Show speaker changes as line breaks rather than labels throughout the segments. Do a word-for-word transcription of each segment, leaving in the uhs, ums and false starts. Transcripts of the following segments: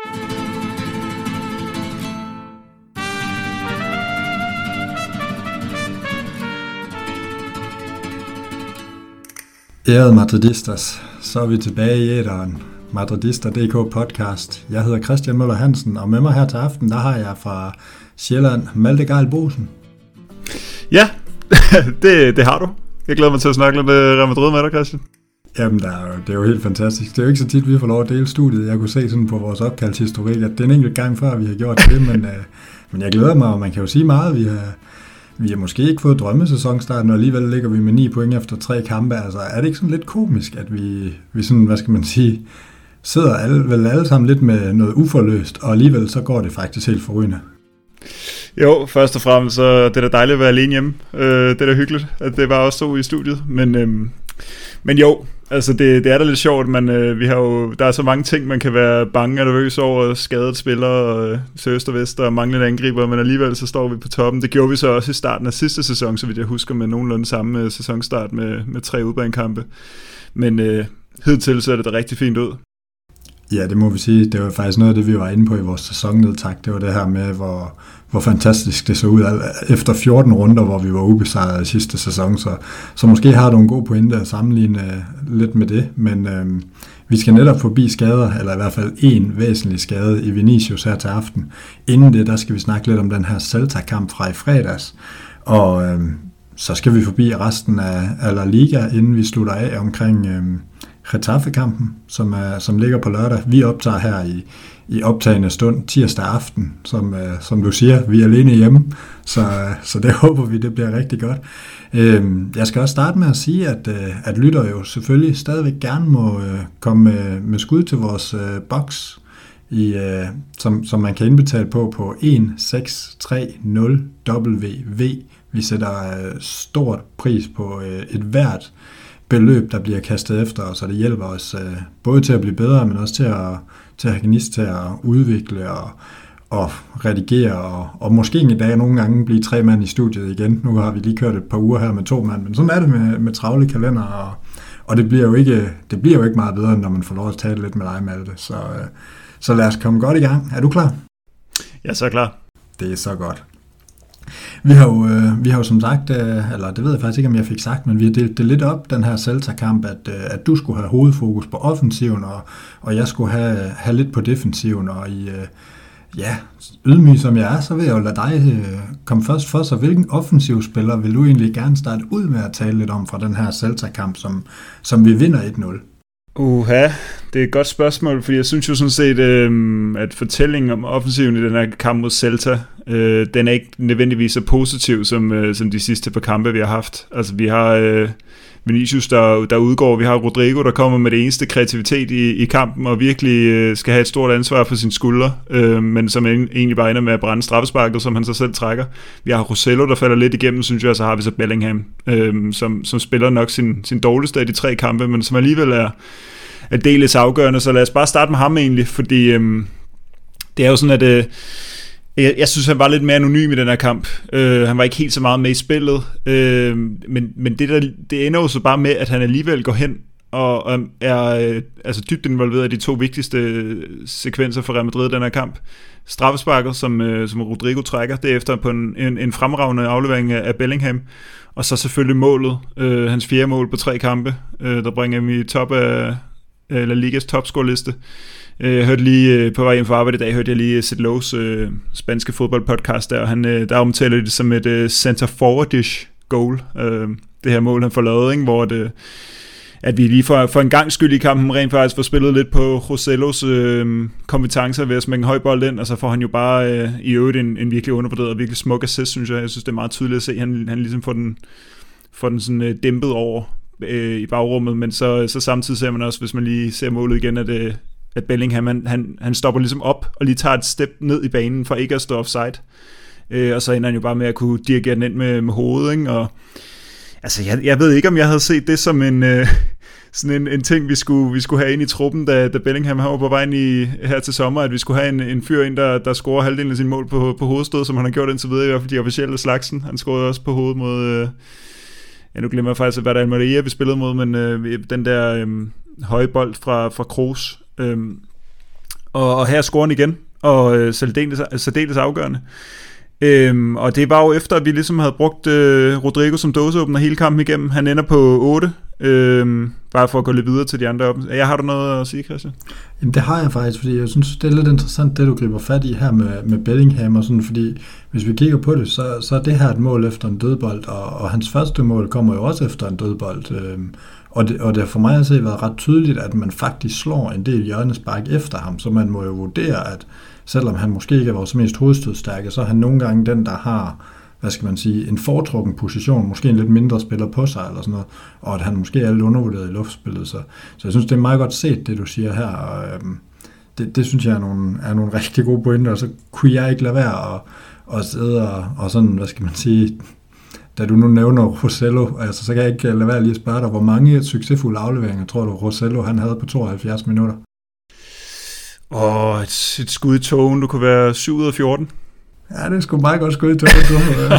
Ærede Madridistas, så er vi tilbage i æteren. Madridister punktum d k podcast. Jeg hedder Christian Møller Hansen, og med mig her til aften, der har jeg fra Sjælland, Malte Geil Bosen.
Ja, det, det har du. Jeg glæder mig til at snakke lidt Real Madrid med dig, Christian.
Jamen, der er jo, det er jo helt fantastisk. Det er jo ikke så tit, vi får lov at dele studiet. Jeg kunne se sådan på vores opkaldshistorik, at det er en enkelt gang før, vi har gjort det, men, øh, men jeg glæder mig, og man kan jo sige meget. Vi har, vi har måske ikke fået drømmesæsonstarten, og alligevel ligger vi med ni point efter tre kampe. Altså, er det ikke sådan lidt komisk, at vi, vi sådan, hvad skal man sige, sidder alle, vel alle sammen lidt med noget uforløst, og alligevel så går det faktisk helt forrygende?
Jo, først og fremmest, så det er da dejligt at være alene hjemme. Øh, det er da hyggeligt, at det var også to i studiet. Men, øhm, men jo, altså det, det er da lidt sjovt, men øh, vi har jo, der er så mange ting, man kan være bange og nervøs over. Skadet spillere, og til øst og vest, og manglende angriber, men alligevel så står vi på toppen. Det gjorde vi så også i starten af sidste sæson, så vidt jeg husker, med nogenlunde samme sæsonstart med, med tre udbanekampe. Men øh, hidtil ser det da rigtig fint ud.
Ja, det må vi sige. Det var faktisk noget af det, vi var inde på i vores sæsonnedtakt. Det var det her med, hvor, hvor fantastisk det så ud efter fjorten runder, hvor vi var ubesejret i sidste sæson. Så, så måske har du en god pointe at sammenligne lidt med det. Men øhm, vi skal netop forbi skader, eller i hvert fald en væsentlig skade i Vinicius her til aften. Inden det, der skal vi snakke lidt om den her Celta-kamp fra i fredags. Og øhm, så skal vi forbi resten af, af La Liga, inden vi slutter af omkring Øhm, Getafe-kampen, som, er, som ligger på lørdag. Vi optager her i, i optagende stund tirsdag aften, som, uh, som du siger, vi er alene hjemme, så, uh, så det håber vi, det bliver rigtig godt. Uh, jeg skal også starte med at sige, at, uh, at lytter jo selvfølgelig stadigvæk gerne må uh, komme med, med skud til vores uh, box, i, uh, som, som man kan indbetale på på et seks tre nul W V. Vi sætter uh, stort pris på uh, et hvert beløb, der bliver kastet efter os, og det hjælper os øh, både til at blive bedre, men også til at, til at have gnist til at udvikle og, og redigere, og, og måske en dag nogle gange blive tre mand i studiet igen. Nu har vi lige kørt et par uger her med to mand, men sådan er det med, med travle kalender, og, og det, bliver jo ikke, det bliver jo ikke meget bedre, når man får lov at tale lidt med dig, Malte. Så, øh, så lad os komme godt i gang. Er du klar?
Jeg er så klar.
Det er så godt. Vi har jo, øh, vi har jo som sagt, øh, eller det ved jeg faktisk ikke, om jeg fik sagt, men vi har delt det lidt op, den her Celta-kamp, at, øh, at du skulle have hovedfokus på offensiven, og, og jeg skulle have, have lidt på defensiven, og i, øh, ja, ydmyg som jeg er, så vil jeg jo lade dig øh, komme først for, så hvilken offensivspiller vil du egentlig gerne starte ud med at tale lidt om fra den her Celta-kamp, som, som vi vinder et nul?
Uha, det er et godt spørgsmål, fordi jeg synes jo sådan set, øh, at fortællingen om offensiven i den her kamp mod Celta, øh, den er ikke nødvendigvis så positiv som, øh, som de sidste par kampe, vi har haft. Altså vi har øh, Vinicius, der, der udgår, vi har Rodrigo, der kommer med det eneste kreativitet i, i kampen, og virkelig øh, skal have et stort ansvar på sine skuldre, øh, men som egentlig bare ender med at brænde straffesparket, som han sig selv trækker. Vi har Rossello, der falder lidt igennem, synes jeg, og så har vi så Bellingham, øh, som, som spiller nok sin, sin dårligste af de tre kampe, men som alligevel er er dels afgørende, så lad os bare starte med ham egentlig, fordi øhm, det er jo sådan, at øh, jeg, jeg synes, han var lidt mere anonym i den her kamp. Øh, han var ikke helt så meget med i spillet, øh, men, men det, der, det ender jo så bare med, at han alligevel går hen og, og er øh, altså dybt involveret i de to vigtigste sekvenser for Real Madrid i den her kamp. Straffesparket, som, øh, som Rodrigo trækker, derefter på en, en, en fremragende aflevering af, af Bellingham, og så selvfølgelig målet, øh, hans fjerde mål på tre kampe, øh, der bringer ham i top af La Ligas topscoreliste. Jeg hørte lige på vej hjem fra arbejde i dag, hørte jeg lige Sid Lowe's øh, spanske fodboldpodcast der, og han, øh, der omtaler det som et øh, center forwardish goal, øh, det her mål, han får lavet, ikke? Hvor det, at vi lige for, for en gang skyld i kampen rent faktisk får spillet lidt på Rosellos øh, kompetencer ved at smække en høj bold ind, og så får han jo bare øh, i øvrigt en, en virkelig undervurderet og virkelig smuk assist, synes jeg. Jeg synes, det er meget tydeligt at se, han, han ligesom får den, får den sådan øh, dæmpet over i bagrummet, men så, så samtidig ser man også, hvis man lige ser målet igen, at, at Bellingham, han, han, han stopper ligesom op og lige tager et step ned i banen for ikke at stå offside. Øh, og så ender han jo bare med at kunne dirigere den ind med, med hovedet, ikke? Og altså, jeg, jeg ved ikke, om jeg havde set det som en, øh, sådan en, en ting, vi skulle, vi skulle have ind i truppen, da, da Bellingham var på vej ind i, her til sommer, at vi skulle have en, en fyr ind, der, der scorer halvdelen af sin mål på, på hovedstød, som han har gjort indtil videre, i hvert fald de officielle slagsen. Han scorede også på hovedet mod... Øh, ja, nu glemmer jeg faktisk, hvad der er Maria, vi spillede mod, men øh, den der øh, høje bold fra, fra Kroos. Øh, og, og her scorer han igen, og øh, særdeles, særdeles afgørende. Øhm, og det var jo efter, at vi ligesom havde brugt øh, Rodrigo som dåseåbner hele kampen igennem. Han ender på otte, øhm, bare for at gå lidt videre til de andre op. Jeg har du noget at sige, Christian?
Jamen det har jeg faktisk, fordi jeg synes, det er lidt interessant, det du griber fat i her med, med Bellingham og sådan, fordi hvis vi kigger på det, så, så er det her et mål efter en dødbold, og, og hans første mål kommer jo også efter en dødbold. Øhm, og, det, og det har for mig at se været ret tydeligt, at man faktisk slår en del hjørnespark efter ham, så man må jo vurdere, at selvom han måske ikke er vores mest hovedstødstærke, så er han nogle gange den, der har, hvad skal man sige, en foretrukken position, måske en lidt mindre spiller på sig, eller sådan noget, og at han måske er lidt undervurderet i luftspillet. Så, så jeg synes, det er meget godt set, det du siger her, og øhm, det, det synes jeg er nogle, er nogle rigtig gode pointer, og så kunne jeg ikke lade være at, at sidde og, og sådan, hvad skal man sige, da du nu nævner Rosello, altså, så kan jeg ikke lade være lige at spørge dig, hvor mange succesfulde afleveringer tror du, Rosello han havde på tooghalvfjerds minutter?
Åh, oh, et, et skud i togen, du kunne være syv ud af fjorten.
Ja, det er sgu meget godt skud i togen. Du,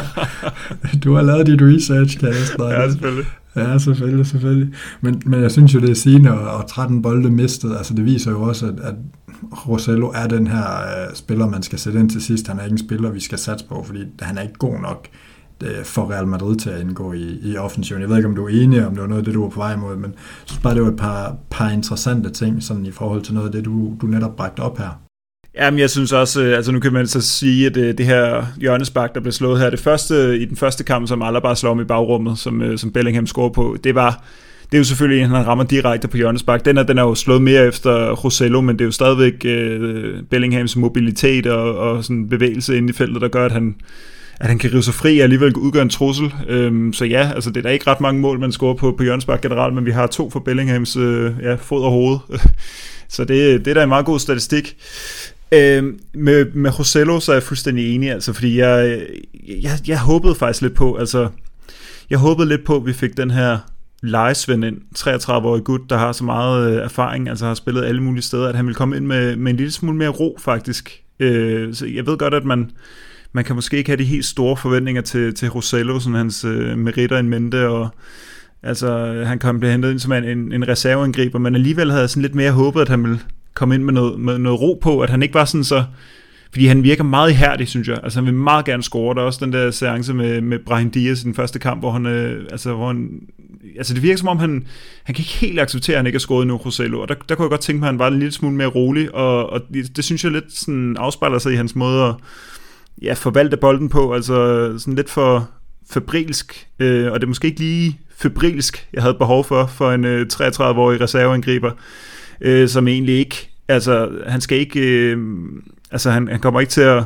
du har lavet dit research, kan jeg spørge.
Ja, selvfølgelig.
Ja, selvfølgelig, selvfølgelig. Men, men jeg synes jo, det er sigende, og tretten bolde mistet. Altså, det viser jo også, at, at Rosello er den her uh, spiller, man skal sætte ind til sidst. Han er ikke en spiller, vi skal satse på, fordi han er ikke god nok for Real Madrid til at indgå i, i offensiven. Jeg ved ikke, om du er enig, om det var noget af det, du var på vej imod, men jeg synes bare, det var et par, par interessante ting sådan i forhold til noget af det, du, du netop bragte op her.
Jamen, jeg synes også, altså nu kan man så sige, at det, det her hjørnespark, der blev slået her, det første, i den første kamp, som Alaba slår om i bagrummet, som, som Bellingham scorer på, det var, det er jo selvfølgelig, at han rammer direkte på hjørnespark. Den er, den er jo slået mere efter Rosello, men det er jo stadigvæk uh, Bellinghams mobilitet og, og sådan bevægelse inde i feltet, der gør, at han at han kan rive sig fri og alligevel udgøre en trussel. Øhm, så ja, altså det er da ikke ret mange mål, man scorer på, på hjørnespark generelt, men vi har to for Bellinghams øh, ja, fod og hoved. Så det, det er da en meget god statistik. Øhm, med, med Rosello, så er jeg fuldstændig enig, altså, fordi jeg, jeg, jeg håbede faktisk lidt på, altså, jeg håbede lidt på, at vi fik den her lejesvend ind, treogtredive-årig gut, der har så meget øh, erfaring, altså har spillet alle mulige steder, at han ville komme ind med, med en lille smule mere ro, faktisk. Øh, så jeg ved godt, at man Man kan måske ikke have de helt store forventninger til, til Rosello, sådan hans øh, meritter in mente, og altså, han kan blive hentet ind som en, en reserveangriber, men alligevel havde jeg sådan lidt mere håbet, at han ville komme ind med noget, med noget ro på, at han ikke var sådan så, fordi han virker meget ihærdig, synes jeg, altså han vil meget gerne score. Der er også den der seance med, med Brahim Diaz i den første kamp, hvor han, øh, altså, hvor han, altså det virker som om, han, han kan ikke helt acceptere, at han ikke har scoret nu, Rosello, og der, der kunne jeg godt tænke mig, at han var en lille smule mere rolig, og, og det, det synes jeg lidt sådan afspejler sig i hans måde at ja, forvalte bolden på, altså sådan lidt for febrilsk, øh, og det er måske ikke lige febrilsk, jeg havde behov for, for en øh, treogtredive-årig reserveangriber, øh, som egentlig ikke, altså han skal ikke, øh, altså han, han kommer ikke til at,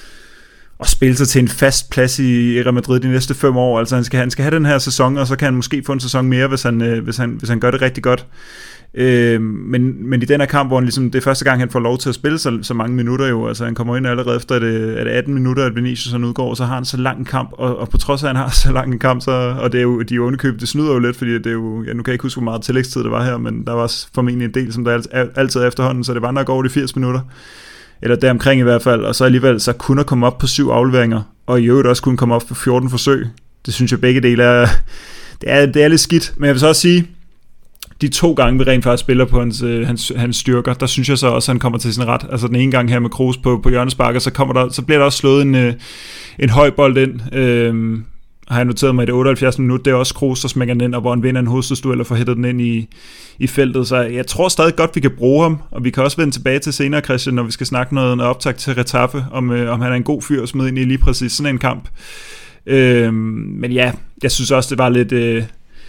at spille sig til en fast plads i Real Madrid de næste fem år, altså han skal, han skal have den her sæson, og så kan han måske få en sæson mere, hvis han, øh, hvis han, hvis han gør det rigtig godt. Øh, men, men i den her kamp, hvor han ligesom, det er første gang, han får lov til at spille så, så mange minutter jo, altså han kommer ind allerede efter, at det, at atten minutter, at Vinicius han udgår, så har han så lang en kamp, og, og på trods af, at han har så lang en kamp, så, og det er jo, de underkøb, det snyder jo lidt, fordi det er jo, ja, nu kan jeg ikke huske, hvor meget tillægstid det var her, men der var formentlig en del, som der altid er efterhånden, så det var nok over de firs minutter, eller deromkring i hvert fald, og så alligevel så kunne der komme op på syv afleveringer, og i øvrigt også kunne komme op på fjorten forsøg. Det synes jeg begge dele er, det er, det er lidt skidt, men jeg vil så også sige, de to gange, vi rent faktisk spiller på hans, hans, hans styrker, der synes jeg så også, at han kommer til sin ret. Altså den ene gang her med Kroos på, på hjørnesparket, så, kommer der, så bliver der også slået en, en høj bold ind. Øhm, har jeg noteret mig i det otteoghalvfjerds minut, det er også Kroos, der smækker den ind, og hvor han vinder en hovedstødstuel og får hættet den ind i, i feltet. Så jeg tror stadig godt, vi kan bruge ham, og vi kan også vende tilbage til senere, Christian, når vi skal snakke noget, noget optakt til Getafe, om, øh, om han er en god fyr at smide ind i lige præcis sådan en kamp. Øhm, men ja, jeg synes også, det var lidt... Øh,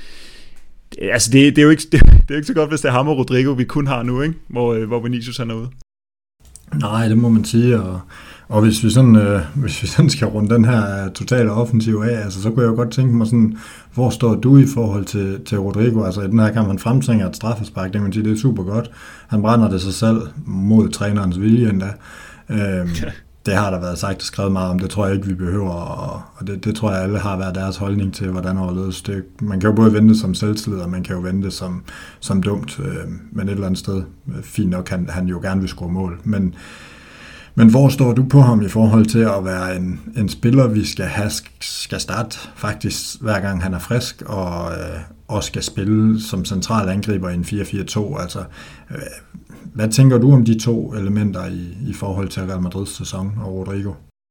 Altså det, det, er jo ikke, det, det er jo ikke så godt, hvis det er ham og Rodrigo, vi kun har nu, ikke? Hvor, hvor Vinicius er ude.
Nej, det må man sige, og, og hvis, vi sådan, øh, hvis vi sådan skal runde den her totale offensiv af, altså, så kunne jeg jo godt tænke mig sådan, hvor står du i forhold til, til Rodrigo? Altså i den her kamp, han fremtvinger et straffespark, det kan man sige, det er super godt. Han brænder det sig selv mod trænerens vilje endda. Øhm, ja. Det har der været sagt og skrevet meget om, det tror jeg ikke, vi behøver, og, og det, det tror jeg, alle har været deres holdning til, hvordan overledes det. Man kan jo både vente som selvtillid, og man kan jo vente som, som dumt, øh, men et eller andet sted, fint nok, han, han jo gerne vil score mål. Men, Men hvor står du på ham i forhold til at være en, en spiller, vi skal have, skal starte faktisk hver gang han er frisk, og øh, også skal spille som central angriber i en fire fire to? Altså, øh, hvad tænker du om de to elementer i, i forhold til Real Madrids sæson og Rodrigo?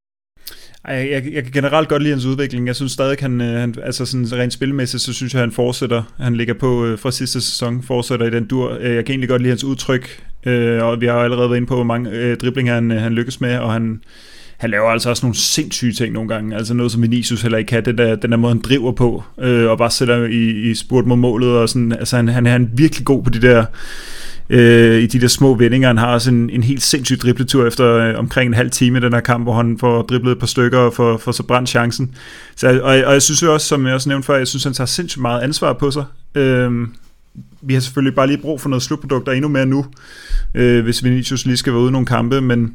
Jeg, jeg, jeg kan generelt godt lide hans udvikling. Jeg synes stadig, han, han altså sådan rent spilmæssigt, så synes jeg, han fortsætter. Han ligger på øh, fra sidste sæson, fortsætter i den dur. Jeg kan egentlig godt lide hans udtryk, øh, og vi har jo allerede været inde på, hvor mange øh, driblinger han, han lykkes med, og han, han laver altså også nogle sindssyge ting nogle gange. Altså noget, som Vinicius heller ikke kan. Den der, den der måde, han driver på, øh, og bare sætter i, i spurt mod målet. Og sådan, altså han, han er han virkelig god på de der... Øh, i de der små vendinger. Han har også en, en helt sindssyg dribletur efter øh, omkring en halv time i den her kamp, hvor han får driblet et par stykker og får, får så brændt chancen. Så, og, og jeg synes jo også, som jeg også nævnte før, jeg synes, han tager sindssygt meget ansvar på sig. Øh, vi har selvfølgelig bare lige brug for noget slutprodukter endnu mere nu, øh, hvis Vinicius lige skal være ude i nogle kampe, men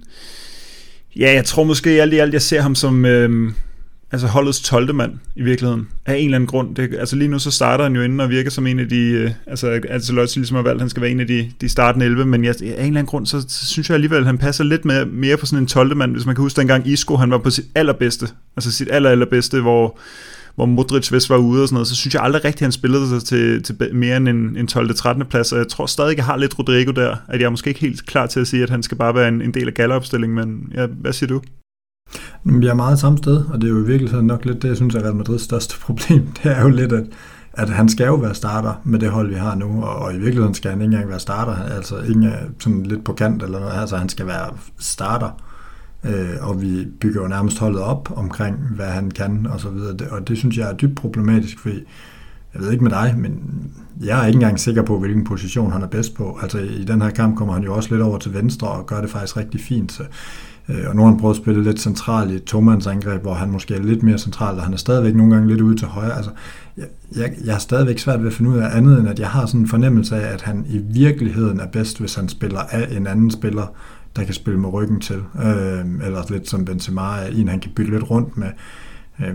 ja, jeg tror måske alt i alt, jeg ser ham som... Øh, altså holdets tolvte mand i virkeligheden, af en eller anden grund. Det, altså lige nu så starter han jo inden og virker som en af de, øh, altså Ancelotti ligesom har valgt, han skal være en af de, de startende elleve, men jeg, af en eller anden grund, så, så synes jeg alligevel, at han passer lidt mere, mere på sådan en tolvte mand, hvis man kan huske dengang Isco, han var på sit allerbedste, altså sit aller, allerbedste, hvor, hvor Modric vist var ude og sådan noget, så synes jeg aldrig rigtigt, han spillede sig til, til mere end en, en tolvte trettende plads, og jeg tror stadig, jeg har lidt Rodrigo der, at jeg er måske ikke helt klar til at sige, at han skal bare være en, en del af galleropstillingen, men ja, hvad siger du?
Vi er meget samme sted, og det er jo i virkeligheden nok lidt det, jeg synes er Real Madrids største problem. Det er jo lidt, at, at han skal jo være starter med det hold, vi har nu, og, og i virkeligheden skal han ikke engang være starter, altså ikke sådan lidt på kant eller noget, altså han skal være starter, øh, og vi bygger jo nærmest holdet op omkring, hvad han kan, og så videre, og det synes jeg er dybt problematisk, fordi jeg ved ikke med dig, men jeg er ikke engang sikker på, hvilken position han er bedst på. Altså i den her kamp kommer han jo også lidt over til venstre og gør det faktisk rigtig fint, så og nu har han prøvet at spille lidt centralt i et tomandsangreb, hvor han måske er lidt mere centralt, og han er stadigvæk nogle gange lidt ude til højre. Altså, jeg, jeg, jeg har stadigvæk svært ved at finde ud af andet, end at jeg har sådan en fornemmelse af, at han i virkeligheden er bedst, hvis han spiller af en anden spiller, der kan spille med ryggen til. Øh, eller lidt som Benzema er en, han kan bytte lidt rundt med. Øh,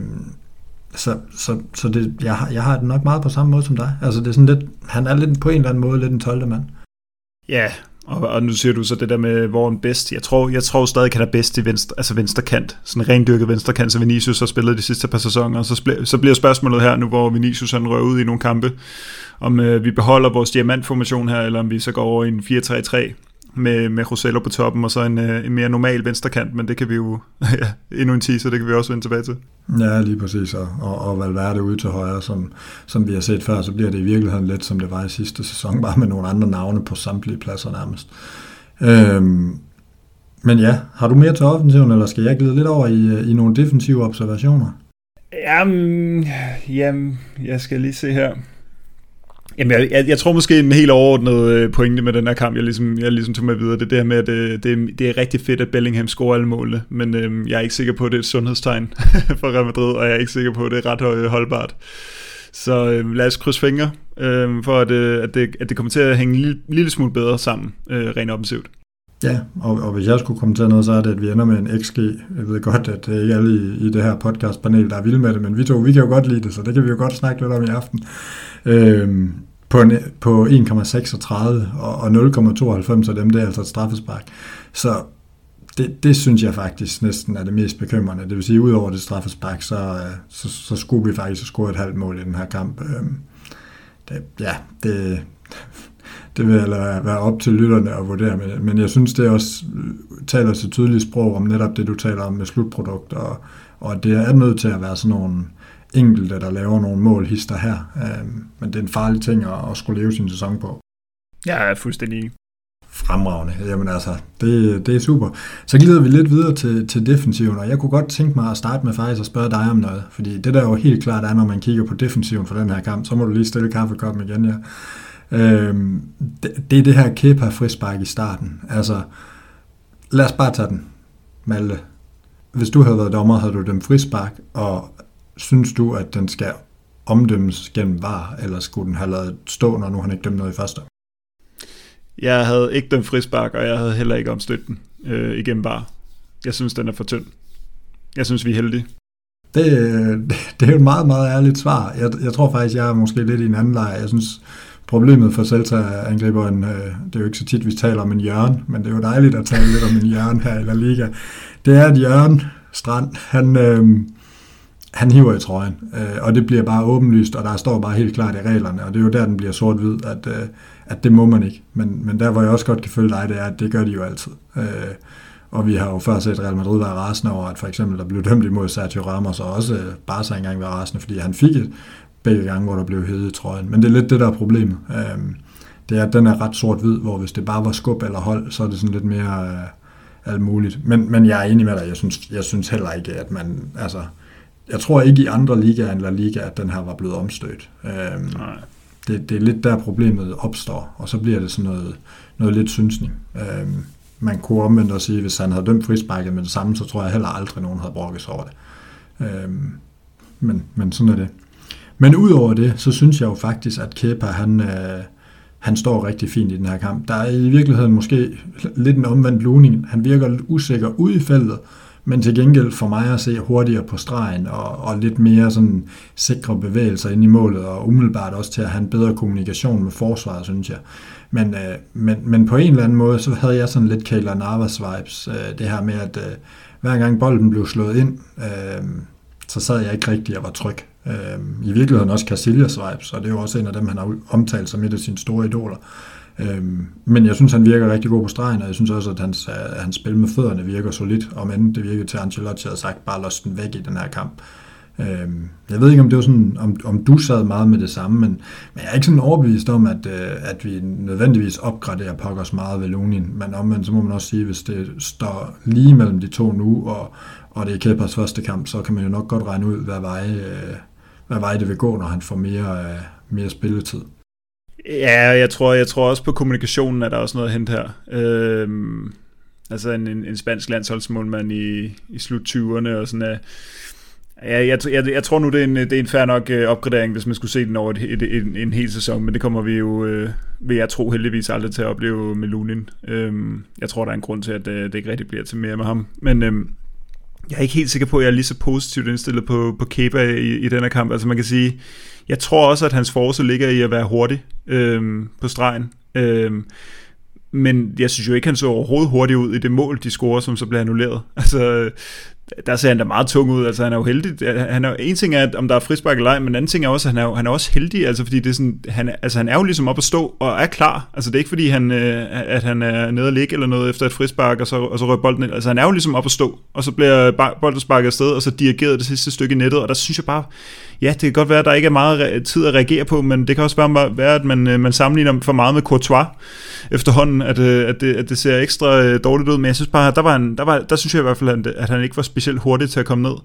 så så, så det, jeg, har, jeg har det nok meget på samme måde som dig. Altså det er sådan lidt, han er lidt på en eller anden måde lidt en tolvte mand.
Ja, Og, og nu siger du så det der med, hvor han bedst. Jeg tror, jeg tror stadig, han er bedst i venstre, altså venstre kant. Sådan en rendyrket venstre kant, så Vinicius har spillet de sidste par sæsoner. Og så, spil, så bliver spørgsmålet her nu, hvor Vinicius han rører ud i nogle kampe, om øh, vi beholder vores diamantformation her, eller om vi så går over i en fire tre tre med, med Rossello på toppen, og så en, øh, en mere normal venstre kant. Men det kan vi jo, ja, endnu en teaser, det kan vi også vende tilbage til.
Ja, lige præcis. Og, og, og Valverde ude til højre, som, som vi har set før, så bliver det i virkeligheden lidt, som det var i sidste sæson, bare med nogle andre navne på samtlige pladser nærmest. Øhm, men ja, har du mere til offensiven, eller skal jeg glide lidt over i, i nogle defensive observationer?
Jamen, jamen, jeg skal lige se her. Jamen, jeg, jeg, jeg tror måske en helt overordnet pointe med den her kamp, jeg ligesom, jeg ligesom tog med videre, det er det her med, at det, det, det er rigtig fedt, at Bellingham scorer alle målene, men øhm, jeg er ikke sikker på, at det er et sundhedstegn for Real Madrid, og jeg er ikke sikker på, at det er ret holdbart. Så øhm, lad os krydse fingre øhm, for, at, øh, at, det, at det kommer til at hænge en lille, lille smule bedre sammen, øh, rent offensivt.
Ja, og, og hvis jeg skulle komme til noget, så er det, at vi ender med en X G. Jeg ved godt, at det ikke er alle i, i det her podcastpanel, der er vilde med det, men vi to, vi kan jo godt lide det, så det kan vi jo godt snakke lidt om i aften. Øhm, på, en, på en komma seksogtredive og, og nul komma tooghalvfems af dem, det er altså et straffespark. Så det, det synes jeg faktisk næsten er det mest bekymrende. Det vil sige, ud over det straffespark, så, så, så skulle vi faktisk have scoret et halvt mål i den her kamp. Øhm, det, ja, det... Det vil være op til lytterne at vurdere, men jeg synes, det også taler til tydeligt sprog om netop det, du taler om med slutprodukt, og, og det er nødt til at være sådan nogle enkelte, der laver nogle mål hister her. Men det er en farlig ting at, at skulle leve sin sæson på.
Jeg er fuldstændig
fremragende. Jamen altså, det, det er super. Så glider vi lidt videre til, til defensiven, og jeg kunne godt tænke mig at starte med faktisk at spørge dig om noget, fordi det der jo helt klart er, når man kigger på defensiven for den her kamp, så må du lige stille kaffekoppen igen, ja. Øhm, det, det er det her Kepa frispark i starten. Altså, lad os bare tage den, Malte. Hvis du havde været dommer, havde du dem frispark, og synes du, at den skal omdømmes gennem V A R, eller skulle den have lavet stå, når nu han ikke dømte noget i første?
Jeg havde ikke dømt frispark, og jeg havde heller ikke omstødt den øh, igennem V A R. Jeg synes, den er for tynd. Jeg synes, vi er heldige.
Det, det, det er jo et meget, meget ærligt svar. Jeg, jeg tror faktisk, jeg er måske lidt i en anden lejr. Jeg synes problemet for Celta-angriberen, øh, det er jo ikke så tit, vi taler om en Jørgen, men det er jo dejligt at tale lidt om en Jørgen her i La Liga. Det er, at Jørgen Strand, han, øh, han hiver i trøjen, øh, og det bliver bare åbenlyst, og der står bare helt klart i reglerne, og det er jo der, den bliver sort-hvid, at, øh, at det må man ikke. Men, men der, hvor jeg også godt kan følge dig, det er, at det gør de jo altid. Øh, og vi har jo før set Real Madrid være rasende over, at for eksempel der blev dømt imod Sergio Ramos, og også øh, Barca engang var rasende, fordi han fik et begge gange, hvor der blev hævet i trøjen. Men det er lidt det, der er problemet. Øh, det er, at den er ret sort-hvid, hvor hvis det bare var skub eller hold, så er det sådan lidt mere øh, alt muligt. Men, men jeg er enig med dig, jeg synes, jeg synes heller ikke, at man, altså, jeg tror ikke i andre ligaer end La Liga, at den her var blevet omstødt. Øhm, det, det er lidt der problemet opstår, og så bliver det sådan noget, noget lidt synsning. Øhm, man kunne omvendt også sige, hvis han havde dømt frisparket med det samme, så tror jeg heller aldrig, nogen havde brokket sig over det. Øhm, men, men sådan er det. Men udover det, så synes jeg jo faktisk, at Kepa, han, øh, han står rigtig fint i den her kamp. Der er i virkeligheden måske lidt en omvendt luning. Han virker lidt usikker ude i feltet, men til gengæld for mig at se hurtigere på stregen og, og lidt mere sådan sikre bevægelser ind i målet, og umiddelbart også til at have en bedre kommunikation med forsvaret, synes jeg. Men, øh, men, men på en eller anden måde, så havde jeg sådan lidt Keylor Navas vibes, øh, det her med, at øh, hver gang bolden blev slået ind, øh, så sad jeg ikke rigtig og var tryg. Øh, I virkeligheden også Casillas vibes, og det er jo også en af dem, han har omtalt som et af sine store idoler. Øhm, men jeg synes, han virker rigtig god på stregen, og jeg synes også, at hans, uh, hans spil med fødderne virker solidt, om end det virkede til, at Ancelotti havde sagt, bare lås den væk i den her kamp. Øhm, jeg ved ikke, om det var sådan, om, om du sad meget med det samme, men, men jeg er ikke sådan overbevist om, at, uh, at vi nødvendigvis opgraderer Poggers meget ved Lunin, men omvendt, så må man også sige, hvis det står lige mellem de to nu, og, og det er Kepas første kamp, så kan man jo nok godt regne ud, hvad vej, uh, hvad vej det vil gå, når han får mere, uh, mere spilletid.
Ja, jeg tror, jeg tror også på kommunikationen, er der også noget at hente her. Øhm, altså en, en, en spansk landsholdsmålmand i, i slut tyverne og sådan. Ja, jeg, jeg, jeg tror nu, det er en, det er en fair nok øh, opgradering, hvis man skulle se den over et, et, et, en, en hel sæson, men det kommer vi jo, øh, vil jeg tro, heldigvis aldrig til at opleve med Lunin. Øhm, jeg tror, der er en grund til, at øh, det ikke rigtig bliver til mere med ham. Men øh, jeg er ikke helt sikker på, at jeg er lige så positivt indstillet på, på Kepa i, i denne kamp. Altså man kan sige, jeg tror også, at hans force ligger i at være hurtig øhm, på stregen. Øhm, men jeg synes jo ikke, han så overhovedet hurtigt ud i det mål, de scorer, som så bliver annulleret. Altså, der ser han da meget tung ud. Altså, han er jo heldig. Han er, en ting er, om der er frispark eller ej, men en anden ting er også, at han er, han er også heldig, altså, fordi det er sådan, han, altså, han er jo ligesom op at stå og er klar. Altså, det er ikke fordi, han, øh, at han er nede og ligge eller noget efter et frispark, og så, og så rører bolden ind. Altså, han er jo ligesom op at stå, og så bliver bolden sparket afsted, og så dirigeret det sidste stykke i nettet, og der synes jeg bare, ja, det kan godt være, at der ikke er meget tid at reagere på, men det kan også bare være, at man, man sammenligner for meget med Courtois efterhånden, at, at, det, at det ser ekstra dårligt ud, men jeg synes bare, der, var en, der, var, der synes jeg i hvert fald, at han ikke var specielt hurtig til at komme ned.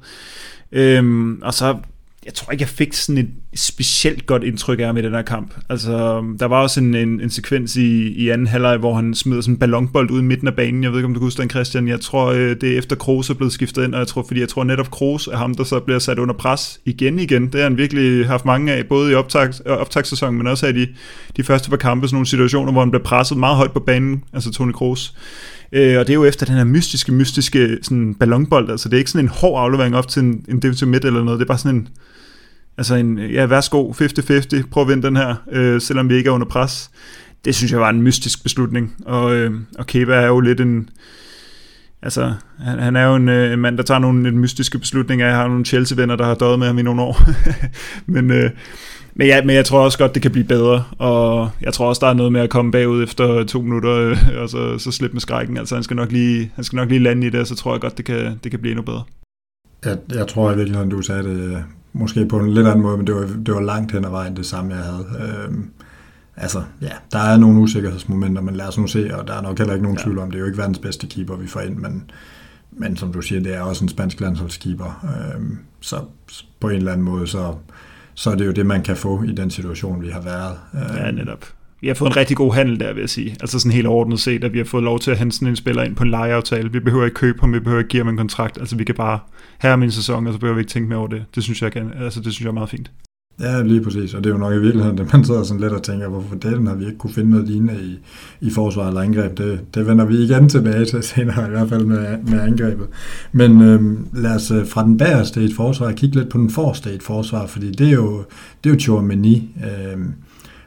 Øhm, og så, jeg tror ikke, jeg fik sådan et specielt godt indtryk af ham i den her kamp. Altså, der var også en, en, en sekvens i, i anden halvleg, hvor han smider sådan en ballonbold ud i midten af banen. Jeg ved ikke, om du kan huske den, Christian. Jeg tror, det er efter Kroos er blevet skiftet ind, og jeg tror, fordi jeg tror netop Kroos er ham, der så bliver sat under pres igen igen. Det har han virkelig haft mange af, både i optakt, optagssæsonen, men også af de, de første par kampe, sådan nogle situationer, hvor han bliver presset meget højt på banen, altså Toni Kroos. Øh, og det er jo efter den her mystiske, mystiske sådan ballonbold. Altså, det er ikke sådan en hård aflevering op til en, en defensive midt eller noget. Det er bare sådan en, altså en, ja, værsgo, halvtreds halvtreds, prøv at vinde den her, øh, selvom vi ikke er under pres. Det synes jeg var en mystisk beslutning, og, øh, og Kepa er jo lidt en, altså, han, han er jo en, øh, en mand, der tager nogle mystiske beslutninger. Jeg har nogle Chelsea-venner, der har døjet med ham i nogle år, men, øh, men, ja, men jeg tror også godt, det kan blive bedre, og jeg tror også, der er noget med at komme bagud efter to minutter, øh, og så, så slippe med skrækken. Altså, han skal nok lige, han skal nok lige lande i det, og så tror jeg godt, det kan, det kan blive endnu bedre.
Jeg, jeg tror i virkeligheden, du sagde det måske på en lidt anden måde, men det var, det var langt hen ad vejen det samme, jeg havde. Øhm, altså, ja, der er nogle usikkerhedsmomenter, men lad os nu se, og der er nok heller ikke nogen ja. tvivl om, det er jo ikke verdens bedste keeper, vi får ind, men, men som du siger, det er også en spansk landsholdskeeper. Øhm, så på en eller anden måde, så, så er det jo det, man kan få i den situation, vi har været. Øhm,
ja, netop. Vi har fået en rigtig god handel der, vil jeg sige. Altså sådan helt overordnet set, at vi har fået lov til at hente sådan en spiller ind på en lejeaftale. Vi behøver ikke købe ham, vi behøver ikke give ham en kontrakt. Altså vi kan bare have ham i en sæson, og så behøver vi ikke tænke mere over det. Det synes jeg, kan, altså, det synes jeg er meget fint.
Ja, lige præcis. Og det er jo nok i virkeligheden, det man sidder sådan lidt og tænker, hvorfor delen har vi ikke kunne finde noget lignende i, i forsvar eller angreb. Det, det vender vi igen tilbage til senere, i hvert fald med, med angrebet. Men øhm, lad os fra den bagerste i et forsvar kigge lidt på den forreste i et forsvar, fordi det er jo, det er jo Tchouaméni. Øhm,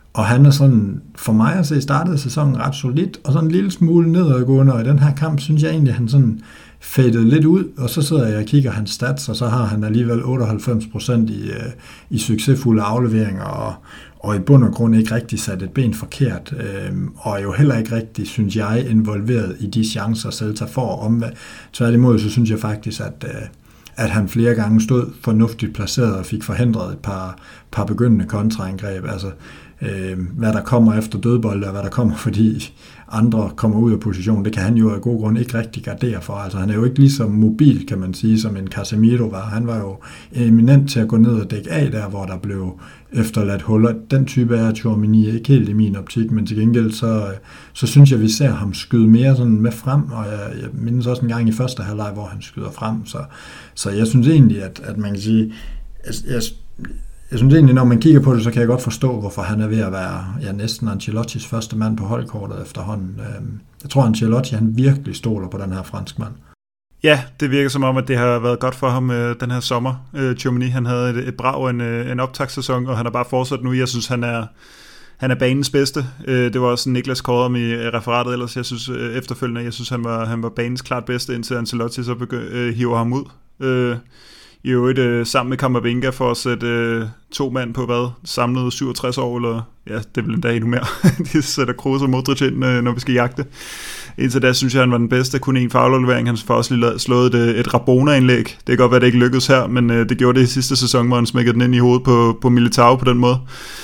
og han er sådan, for mig at se, startede sæsonen ret solidt, og sådan en lille smule nedadgående, og i den her kamp, synes jeg egentlig, at han sådan fadede lidt ud, og så sidder jeg og kigger hans stats, og så har han alligevel otteoghalvfems procent i, i succesfulde afleveringer, og, og i bund og grund ikke rigtig sat et ben forkert, øh, og er jo heller ikke rigtig, synes jeg, involveret i de chancer, Celta får om. Tværtimod, så synes jeg faktisk, at, øh, at han flere gange stod fornuftigt placeret og fik forhindret et par, par begyndende kontraangreb, altså øh, hvad der kommer efter dødbolde, og hvad der kommer, fordi andre kommer ud af position, det kan han jo af god grund ikke rigtig gardere for. Altså han er jo ikke lige så mobil, kan man sige, som en Casemiro var. Han var jo eminent til at gå ned og dække af der, hvor der blev efterladt huller. Den type er Tchouaméni ikke helt i min optik, men til gengæld så, så synes jeg, vi ser ham skyde mere sådan med frem, og jeg, jeg mindes også en gang i første halvleg, hvor han skyder frem. Så, så jeg synes egentlig, at, at man kan sige, jeg, jeg, Jeg synes egentlig, når man kigger på det, så kan jeg godt forstå, hvorfor han er ved at være ja, næsten Ancelottis første mand på holdkortet efterhånden. Jeg tror, Ancelotti han virkelig stoler på den her franskmand.
Ja, det virker som om, at det har været godt for ham øh, den her sommer. Øh, Tchouaméni, han havde et, et brag og en, en optagssæson, og han har bare fortsat nu. Jeg synes, han er, han er banens bedste. Øh, det var også Niklas kåret om i referatet ellers. Jeg synes øh, efterfølgende, jeg synes, han var, han var banens klart bedste, indtil Ancelotti så begy- øh, hiver ham ud. Øh, I øvrigt øh, sammen med Camavinga for at sætte øh, to mand på hvad? Samlet syvogtres år, eller ja, det er vel endda endnu mere. De sætter Kroos og Modric ind, øh, når vi skal jagte. Indtil da synes jeg, han var den bedste. Kun en foulaflevering. Han får også lige slået et, et Rabona-indlæg. Det kan godt være, det ikke lykkedes her, men øh, det gjorde det i sidste sæson, hvor han smækkede den ind i hovedet på, på Militao på den måde.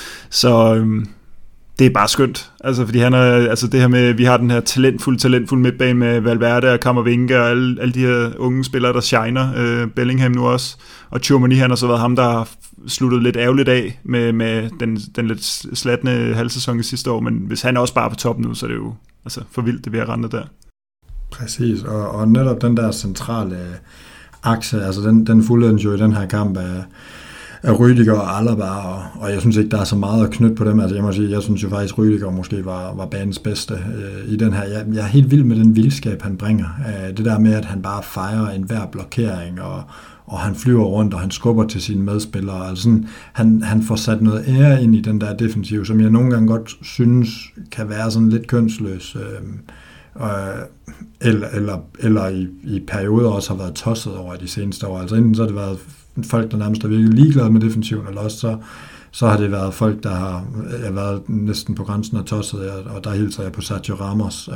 Så øh, det er bare skønt. Altså, fordi han er, altså det her med, vi har den her talentfuld, talentfuld midtbane med Valverde og Camavinga og alle, alle de her unge spillere, der shiner. Øh, Bellingham nu også. Og Tchouaméni, han har så været ham, der har sluttet lidt ærgerligt af med, med den, den lidt slatne halvsæson i sidste år. Men hvis han er også bare på top nu, så er det jo altså, for vildt, det vi har rendet der.
Præcis, og, og netop den der centrale akse, altså den, den fuldendte jo i den her kamp af af Rüdiger og Alaba, og, og jeg synes ikke, der er så meget at knytte på dem. Altså jeg må sige, jeg synes jo faktisk, Rüdiger måske var, var banens bedste øh, i den her. Jeg, jeg er helt vild med den vildskab, han bringer. Øh, det der med, at han bare fejrer enhver blokering, og, og han flyver rundt, og han skubber til sine medspillere. Altså sådan, han, han får sat noget ære ind i den der defensiv, som jeg nogle gange godt synes kan være sådan lidt kønsløs. Øh, øh, eller, eller, eller i, i perioder også har været tosset over de seneste år. Altså enten så har det været folk, der nærmest er virkelig ligeglade med defensiven, eller også så, så har det været folk, der har jeg været næsten på grænsen af tosset, og der hilser jeg på Sergio Ramos.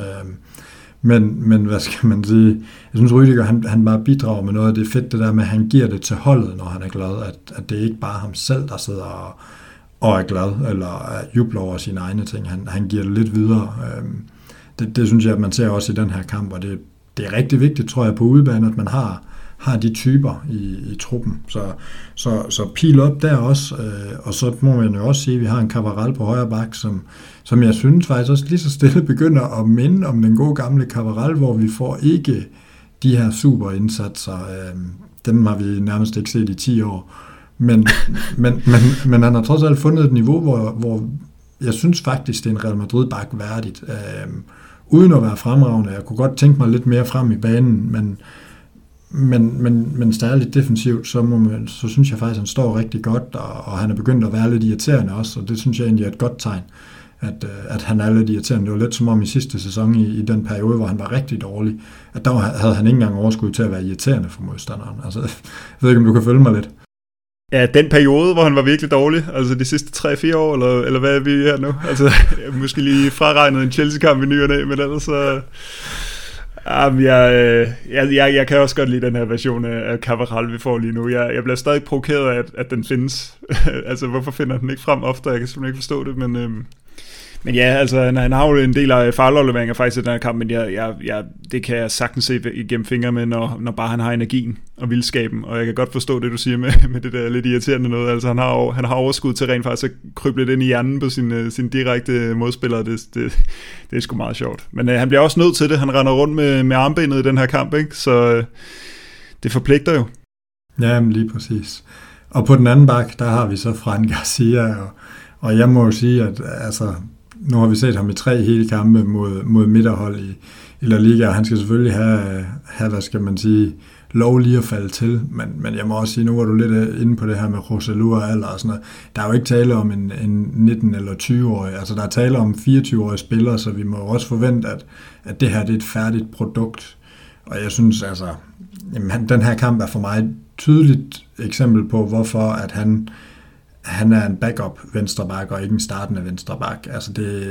Men, men hvad skal man sige? Jeg synes, Rüdiger, han, han bare bidrager med noget af det fedt, det der med, at han giver det til holdet, når han er glad, at, at det ikke bare er ham selv, der sidder og, og er glad, eller jubler over sine egne ting. Han, han giver det lidt videre. Det, det synes jeg, at man ser også i den her kamp, og det, det er rigtig vigtigt, tror jeg, på udebane, at man har har de typer i, i truppen. Så, så, så pil op der også, øh, og så må man jo også sige, at vi har en Cabral på højre bak, som, som jeg synes faktisk også lige så stille begynder at minde om den gode gamle Cabral, hvor vi får ikke de her super indsatser. Øh, dem har vi nærmest ikke set i ti år. Men, men, men, men han har trods alt fundet et niveau, hvor, hvor jeg synes faktisk, det er en Real Madrid-bak værdigt. Øh, uden at være fremragende. Jeg kunne godt tænke mig lidt mere frem i banen, men Men, men, men særligt defensivt, så, må man, så synes jeg faktisk, at han står rigtig godt, og, og han er begyndt at være lidt irriterende også, og det synes jeg egentlig er et godt tegn, at, at han er lidt irriterende. Det var lidt som om i sidste sæson, i, i den periode, hvor han var rigtig dårlig, at der havde han ikke engang overskud til at være irriterende for modstanderen. Altså, jeg ved ikke, om du kan følge mig lidt.
Ja, den periode, hvor han var virkelig dårlig, altså de sidste tre fire år, eller, eller hvad er vi her nu? Altså, måske lige fraregnet en Chelsea-kamp i ny og næ, men ellers så... Jamen, jeg, jeg, jeg, jeg kan også godt lide den her version af Cabral, vi får lige nu. Jeg, jeg bliver stadig provokeret af, at, at den findes. Altså, hvorfor finder den ikke frem ofte? Jeg kan simpelthen ikke forstå det, men... Øhm, men ja, altså, han, han har jo en del af fejlafleveringer faktisk i den her kamp, men jeg, jeg, jeg, det kan jeg sagtens se igennem fingre med, når, når bare han har energien og vildskaben. Og jeg kan godt forstå det, du siger med, med det der lidt irriterende noget. Altså, han har, han har overskud til rent faktisk at krybe lidt ind i hjernen på sin, sin direkte modspillere. Det, det, det er sgu meget sjovt. Men øh, han bliver også nødt til det. Han render rundt med, med armbenet i den her kamp, ikke? Så øh, det forpligter jo.
Ja, men lige præcis. Og på den anden bak, der har vi så Fran Garcia, og, og jeg må jo sige, at altså... nu har vi set ham i tre hele kampe mod, mod midterhold i, i La Liga, og han skal selvfølgelig have, have, hvad skal man sige, lov lige at falde til, men, men jeg må også sige, nu var du lidt inde på det her med Joselu og alder og sådan noget. Der er jo ikke tale om en, en nitten- eller tyve-årig, altså der er tale om fireogtyve-årige spillere, så vi må jo også forvente, at, at det her det er et færdigt produkt. Og jeg synes altså, jamen, den her kamp er for mig et tydeligt eksempel på, hvorfor at han, han er en backup venstreback og ikke en startende venstreback. Altså det,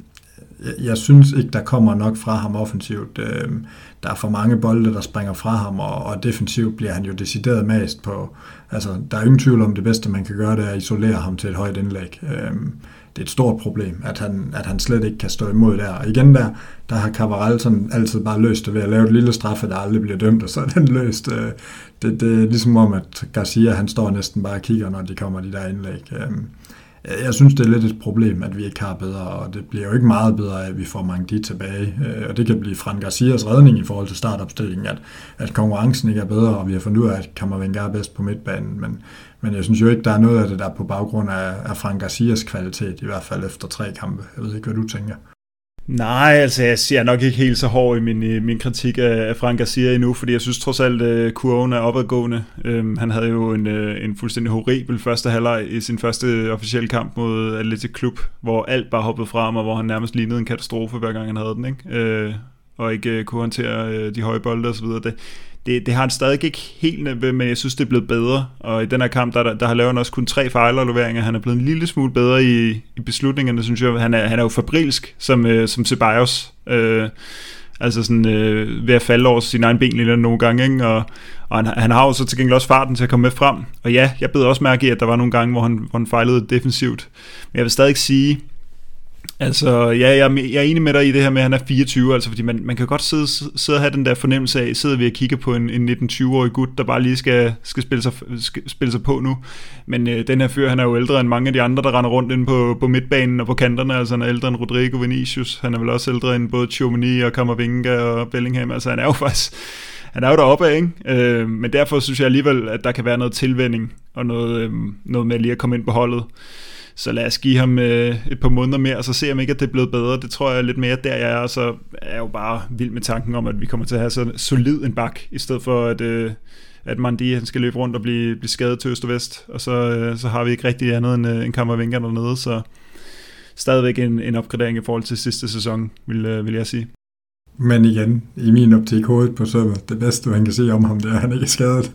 jeg, jeg synes ikke, der kommer nok fra ham offensivt. Der er for mange bolde, der springer fra ham, og, og defensivt bliver han jo decideret mast på. Altså, der er ingen tvivl om, det bedste, man kan gøre, det er at isolere ham til et højt indlæg. Det er et stort problem, at han, at han slet ikke kan stå imod der. Og igen der, der har Cabral sådan altid bare løst det ved at lave et lille straffe, der aldrig bliver dømt, og så er den løst. Det, det er ligesom om, at Garcia, han står næsten bare og kigger, når de kommer de der indlæg. Jeg synes, det er lidt et problem, at vi ikke har bedre, og det bliver jo ikke meget bedre, at vi får Mangdi tilbage. Og det kan blive Fran Garcias redning i forhold til startopstillingen, at, at konkurrencen ikke er bedre, og vi har fundet ud af, at Camavinga er bedst på midtbanen. Men, men jeg synes jo ikke, der er noget af det, der på baggrund af, af Fran Garcias kvalitet, i hvert fald efter tre kampe. Jeg ved ikke, hvad du tænker.
Nej, altså jeg siger nok ikke helt så hård i min, min kritik af Fran Garcia endnu, fordi jeg synes trods alt, at kurven er opadgående. Øhm, han havde jo en, en fuldstændig horribel første halvleg i sin første officielle kamp mod Athletic Club, hvor alt bare hoppede frem, og hvor han nærmest lignede en katastrofe, hver gang han havde den, ikke? Øh, og ikke kunne håndtere de høje bolde og så videre. Det, det, det har han stadig ikke helt ved, men jeg synes, det er blevet bedre. Og i den her kamp, der, der har lavet også kun tre fejlafleveringer. Han er blevet en lille smule bedre i, i beslutningerne, synes jeg. Han er, han er jo fabrilsk, som, øh, som Ceballos. Øh, altså sådan øh, ved at falde over sine egen ben lidt nogle gange, ikke? Og, og han, han har jo så til gengæld også farten til at komme med frem. Og ja, jeg bed også mærke i, at der var nogle gange, hvor han, hvor han fejlede defensivt. Men jeg vil stadig sige, altså, ja, jeg, jeg er enig med dig i det her med, at han er fireogtyve, altså, fordi man, man kan godt sidde, sidde og have den der fornemmelse af, sidder vi og kigger på en, en nitten-tyve-årig gut, der bare lige skal, skal, spille, sig, skal spille sig på nu. Men øh, den her fyr, han er jo ældre end mange af de andre, der render rundt inde på, på midtbanen og på kanterne, altså han er ældre end Rodrigo Vinicius, han er vel også ældre end både Tchouaméni og Camavinga og Bellingham, altså han er jo faktisk, han er jo deroppe af, ikke? Øh, men derfor synes jeg alligevel, at der kan være noget tilvænning og noget, øh, noget med lige at komme ind på holdet. Så lad os give ham øh, et par måneder mere, og så se om ikke, at det er blevet bedre. Det tror jeg lidt mere, der jeg er, og så er jeg jo bare vild med tanken om, at vi kommer til at have så solid en bak, i stedet for at, øh, at Mandi han skal løbe rundt og blive, blive skadet til øst og vest, og så, øh, så har vi ikke rigtig andet end, øh, end Camavinga dernede, så stadigvæk en, en opgradering i forhold til sidste sæson, vil, øh, vil jeg sige.
Men igen, i min optik hovedet på sømmet, det bedste, man kan sige om ham, det er, at han ikke er skadet.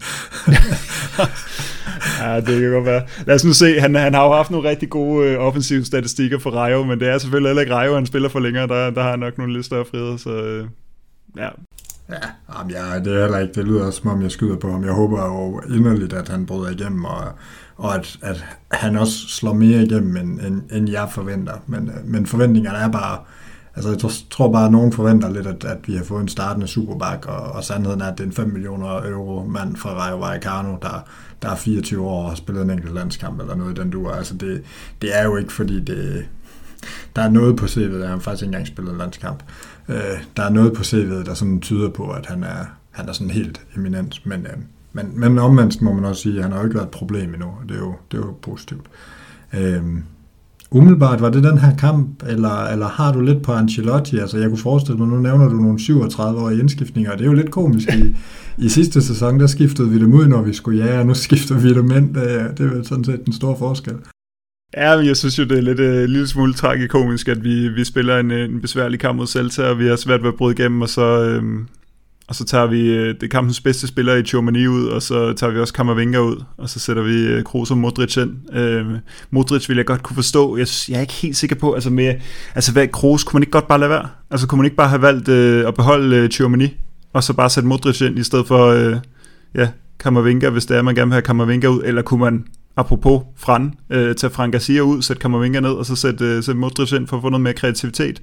Ja, det kan godt være. Lad os nu se, han, han har jo haft nogle rigtig gode øh, offensive statistikker for Rayo, men det er selvfølgelig heller ikke Rayo, han spiller for længere, der, der har han nok nogle lidt større friheder, så øh, ja.
Ja, jamen, ja, det er heller ikke, det lyder som om jeg skyder på ham. Jeg håber jo inderligt, at han bryder igennem, og, og at, at han også slår mere igennem, end, end, end jeg forventer. Men, men forventningerne er bare, altså jeg tror bare, at nogen forventer lidt, at, at vi har fået en startende superback, og, og sandheden er, at det er en fem millioner euro mand fra Rayo Vallecano, der, der er fireogtyve år og har spillet en enkelt landskamp eller noget i den duer. Altså det, det er jo ikke, fordi det, der er noget på C V'et, der han faktisk ikke engang spillet en landskamp. Øh, der er noget på C V'et, der sådan tyder på, at han er, han er sådan helt eminent, men, øh, men, men omvendt må man også sige, at han har jo ikke været et problem endnu, og det er jo, det er jo positivt. Øh, Umiddelbart, var det den her kamp, eller, eller har du lidt på Ancelotti? Altså, jeg kunne forestille mig, nu nævner du nogle syvogtredive-årige indskiftninger, og det er jo lidt komisk. I, i sidste sæson, der skiftede vi dem ud, når vi skulle ja, og nu skifter vi dem ind. Det, det er vel sådan set en stor forskel.
Ja, men jeg synes jo, det er lidt en uh, lille smule tragikomisk, at vi, vi spiller en, en besværlig kamp mod Celta, og vi har svært ved at bryde igennem, og så... Øhm Og så tager vi det kampens bedste spiller i Tchouaméni ud, og så tager vi også Camavinga ud, og så sætter vi Kroos og Modric ind. Øh, Modric vil jeg godt kunne forstå. Jeg, jeg er ikke helt sikker på, altså med, altså hvad Kroos, kunne man ikke godt bare lade være? Altså kunne man ikke bare have valgt øh, at beholde øh, Tchouaméni, og så bare sætte Modric ind, i stedet for øh, ja, Camavinga, hvis det er, man gerne vil have Camavinga ud, eller kunne man, apropos Fran, øh, tage Fran Garcia ud, sætte Camavinga ned, og så sætte, øh, sætte Modric ind for at få noget mere kreativitet.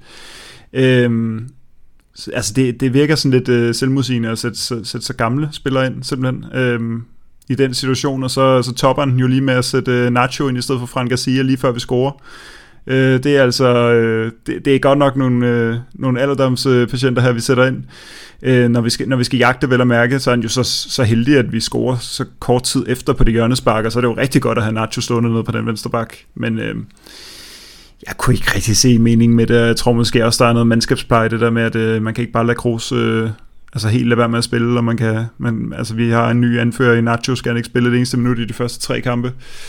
Øh, Altså det, det virker sådan lidt øh, selvmodsigende at sætte, sætte, sætte så gamle spillere ind simpelthen øhm, i den situation, og så, så topper han jo lige med at sætte øh, Nacho ind i stedet for Fran Garcia lige før vi scorer. Øh, det er altså øh, det, det er godt nok nogle, øh, nogle alderdomspatienter her vi sætter ind. Øh, når, vi skal, når vi skal jagte vel at mærke, så er han jo så, så heldig at vi scorer så kort tid efter på det hjørnespark, og så er det jo rigtig godt at have Nacho stående nede på den venstre bak. Men øh, Jeg kunne ikke rigtig se mening med det. Jeg tror måske også, der er noget mandskabspleje, det der med, at øh, man kan ikke bare lade Kroos øh, altså helt lade være med at spille, og man kan, man, altså vi har en ny anfører i Nacho, skal han ikke spille det eneste minut i de første tre kampe.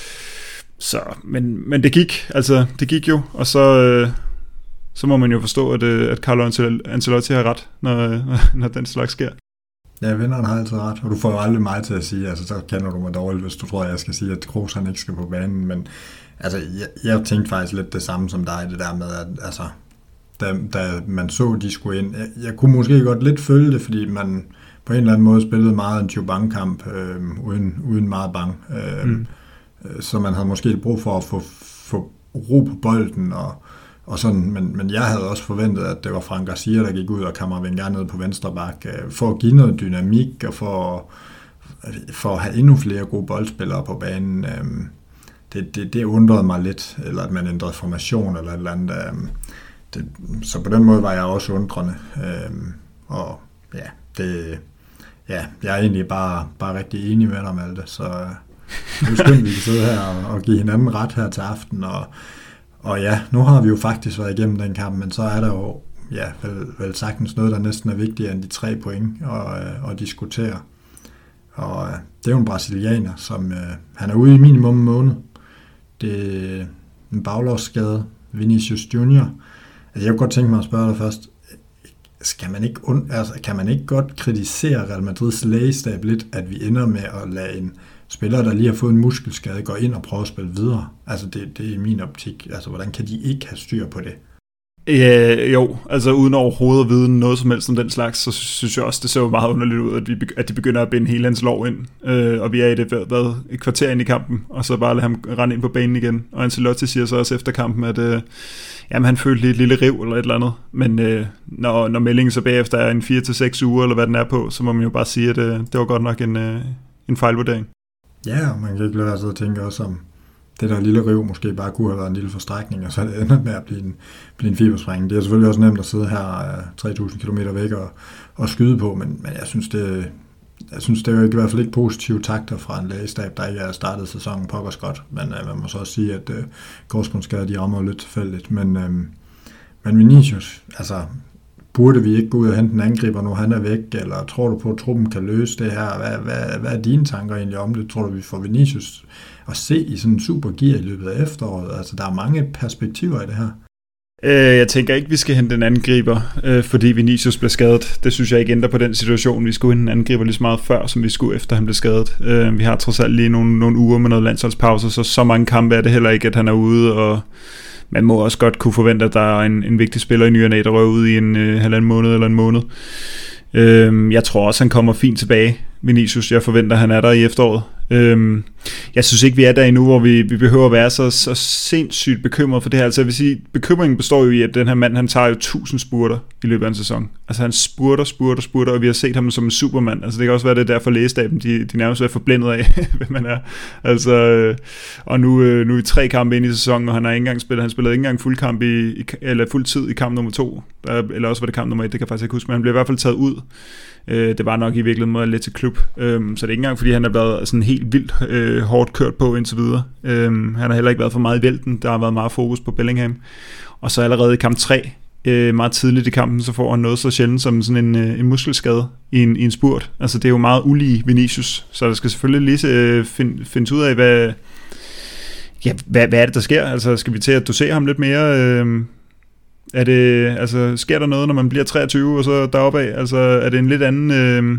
Så, men, men det gik, altså det gik jo, og så, øh, så må man jo forstå, at, øh, at Carlo Ancelotti har ret, når, når den slags sker.
Ja, vinderen har altid ret, og du får jo aldrig mig til at sige, altså så kender du mig dårligt, hvis du tror, at jeg skal sige, at Kroos han ikke skal på banen, men altså, jeg, jeg tænkte faktisk lidt det samme som dig, det der med, at altså, da, da man så, de skulle ind, jeg, jeg kunne måske godt lidt følge det, fordi man på en eller anden måde spillede meget en Tjubank-kamp, øh, uden, uden meget bang, øh, mm. så man havde måske brug for at få, få ro på bolden, og, og sådan, men, men jeg havde også forventet, at det var Fran Garcia, der gik ud og Kammervenger ned på venstre bak, øh, for at give noget dynamik, og for, for at have endnu flere gode boldspillere på banen. Øh, det, det, det undrede mig lidt, eller at man ændrede formation, eller et eller andet. Øh, det, så på den måde var jeg også undrende. Øh, og ja, det, ja, jeg er egentlig bare, bare rigtig enig med dig, Malte, så det er skønt, vi kan sidde her og, og give hinanden ret her til aften, og Og ja, nu har vi jo faktisk været igennem den kamp, men så er der jo ja, vel, vel sagtens noget, der næsten er vigtigere end de tre point at, at diskutere. Og det er jo en brasilianer, som han er ude i minimum en måned. Det er en baglovsskade, Vinicius Junior Altså jeg kunne godt tænke mig at spørge dig først, skal man ikke und- altså, kan man ikke godt kritisere Real Madrids lægestab lidt, at vi ender med at lade en spiller, der lige har fået en muskelskade, går ind og prøver at spille videre? Altså det, det er min optik. Altså hvordan kan de ikke have styr på det?
Ja, jo, altså uden overhovedet at vide noget som helst om den slags, så synes jeg også, det ser meget underligt ud, at, vi, at de begynder at binde hele hans lov ind, øh, og vi er i det hvad, et kvarter ind i kampen, og så bare lade ham rende ind på banen igen. Og Ancelotti siger så også efter kampen, at øh, jamen, han følte lige et lille riv eller et eller andet, men øh, når, når meldingen så bagefter er en fire til seks uger, eller hvad den er på, så må man jo bare sige, at øh, det var godt nok en, øh, en fejlvurdering.
Ja, og man kan ikke lade være at tænke også om det der lille riv måske bare kunne have været en lille forstrækning, og så det ender med at blive en, blive en fibersprængning. Det er selvfølgelig også nemt at sidde her tre tusind kilometer væk og, og skyde på, men, men jeg synes, det, jeg synes, det er jo i hvert fald ikke positive takter fra en lægestab, der ikke er startet sæsonen pokkers godt. Men uh, man må så også sige, at uh, korsbåndsskader, de rammer lidt tilfældigt. Men, uh, men Vinicius, altså burde vi ikke gå ud og hente en angriber, nu han er væk, eller tror du på, at truppen kan løse det her? Hvad, hvad, hvad er dine tanker egentlig om det? Tror du, vi får Vinicius at se i sådan en super gear i løbet af efteråret? Altså, der er mange perspektiver i det her.
Øh, jeg tænker ikke, vi skal hente en angriber, øh, fordi Vinicius blev skadet. Det synes jeg ikke ændrer på den situation. Vi skulle hente en angriber lige så meget før, som vi skulle efter han blev skadet. Øh, vi har trods alt lige nogle, nogle uger med noget landsholdspause, så så mange kampe er det heller ikke, at han er ude, og man må også godt kunne forvente, at der er en, en vigtig spiller i ny og næ, der rører ud i en øh, halvanden måned eller en måned. Øh, jeg tror også, han kommer fint tilbage, Vinicius. Jeg forventer, han er der i efteråret. Øhm, jeg synes ikke, vi er der endnu, hvor vi, vi behøver at være så, så sindssygt bekymret for det her. Altså jeg vil sige, bekymringen består jo i, at den her mand, han tager jo tusind spurter i løbet af en sæson. Altså han spurter, spurter, spurter, og vi har set ham som en supermand. Altså det kan også være, det derfor lægestaben, de, de nærmest er forblændet af, hvem man er. Altså, øh, og nu, øh, nu er vi tre kampe ind i sæsonen, og han har ikke engang spillet, han spillede ikke engang fuld kamp i, i, eller fuld tid i kamp nummer to, der, eller også var det kamp nummer et, det kan jeg faktisk ikke huske, men han blev i hvert fald taget ud. Det var nok i virkeligheden måde lidt til klub, så det er ikke engang fordi han har været sådan helt vildt øh, hårdt kørt på indtil videre. Han har heller ikke været for meget i vælten, der har været meget fokus på Bellingham, og så allerede i kamp tre, øh, meget tidligt i kampen, så får han noget så sjældent som sådan en, en muskelskade i en, i en spurt. Altså det er jo meget ulige Vinicius, så der skal selvfølgelig lige øh, find, findes ud af, hvad, ja, hvad, hvad er det der sker. Altså skal vi til at dosere ham lidt mere? Øh, Er det, altså, sker der noget, når man bliver treogtyve og så deroppe af? Altså, er det en lidt anden... Øh,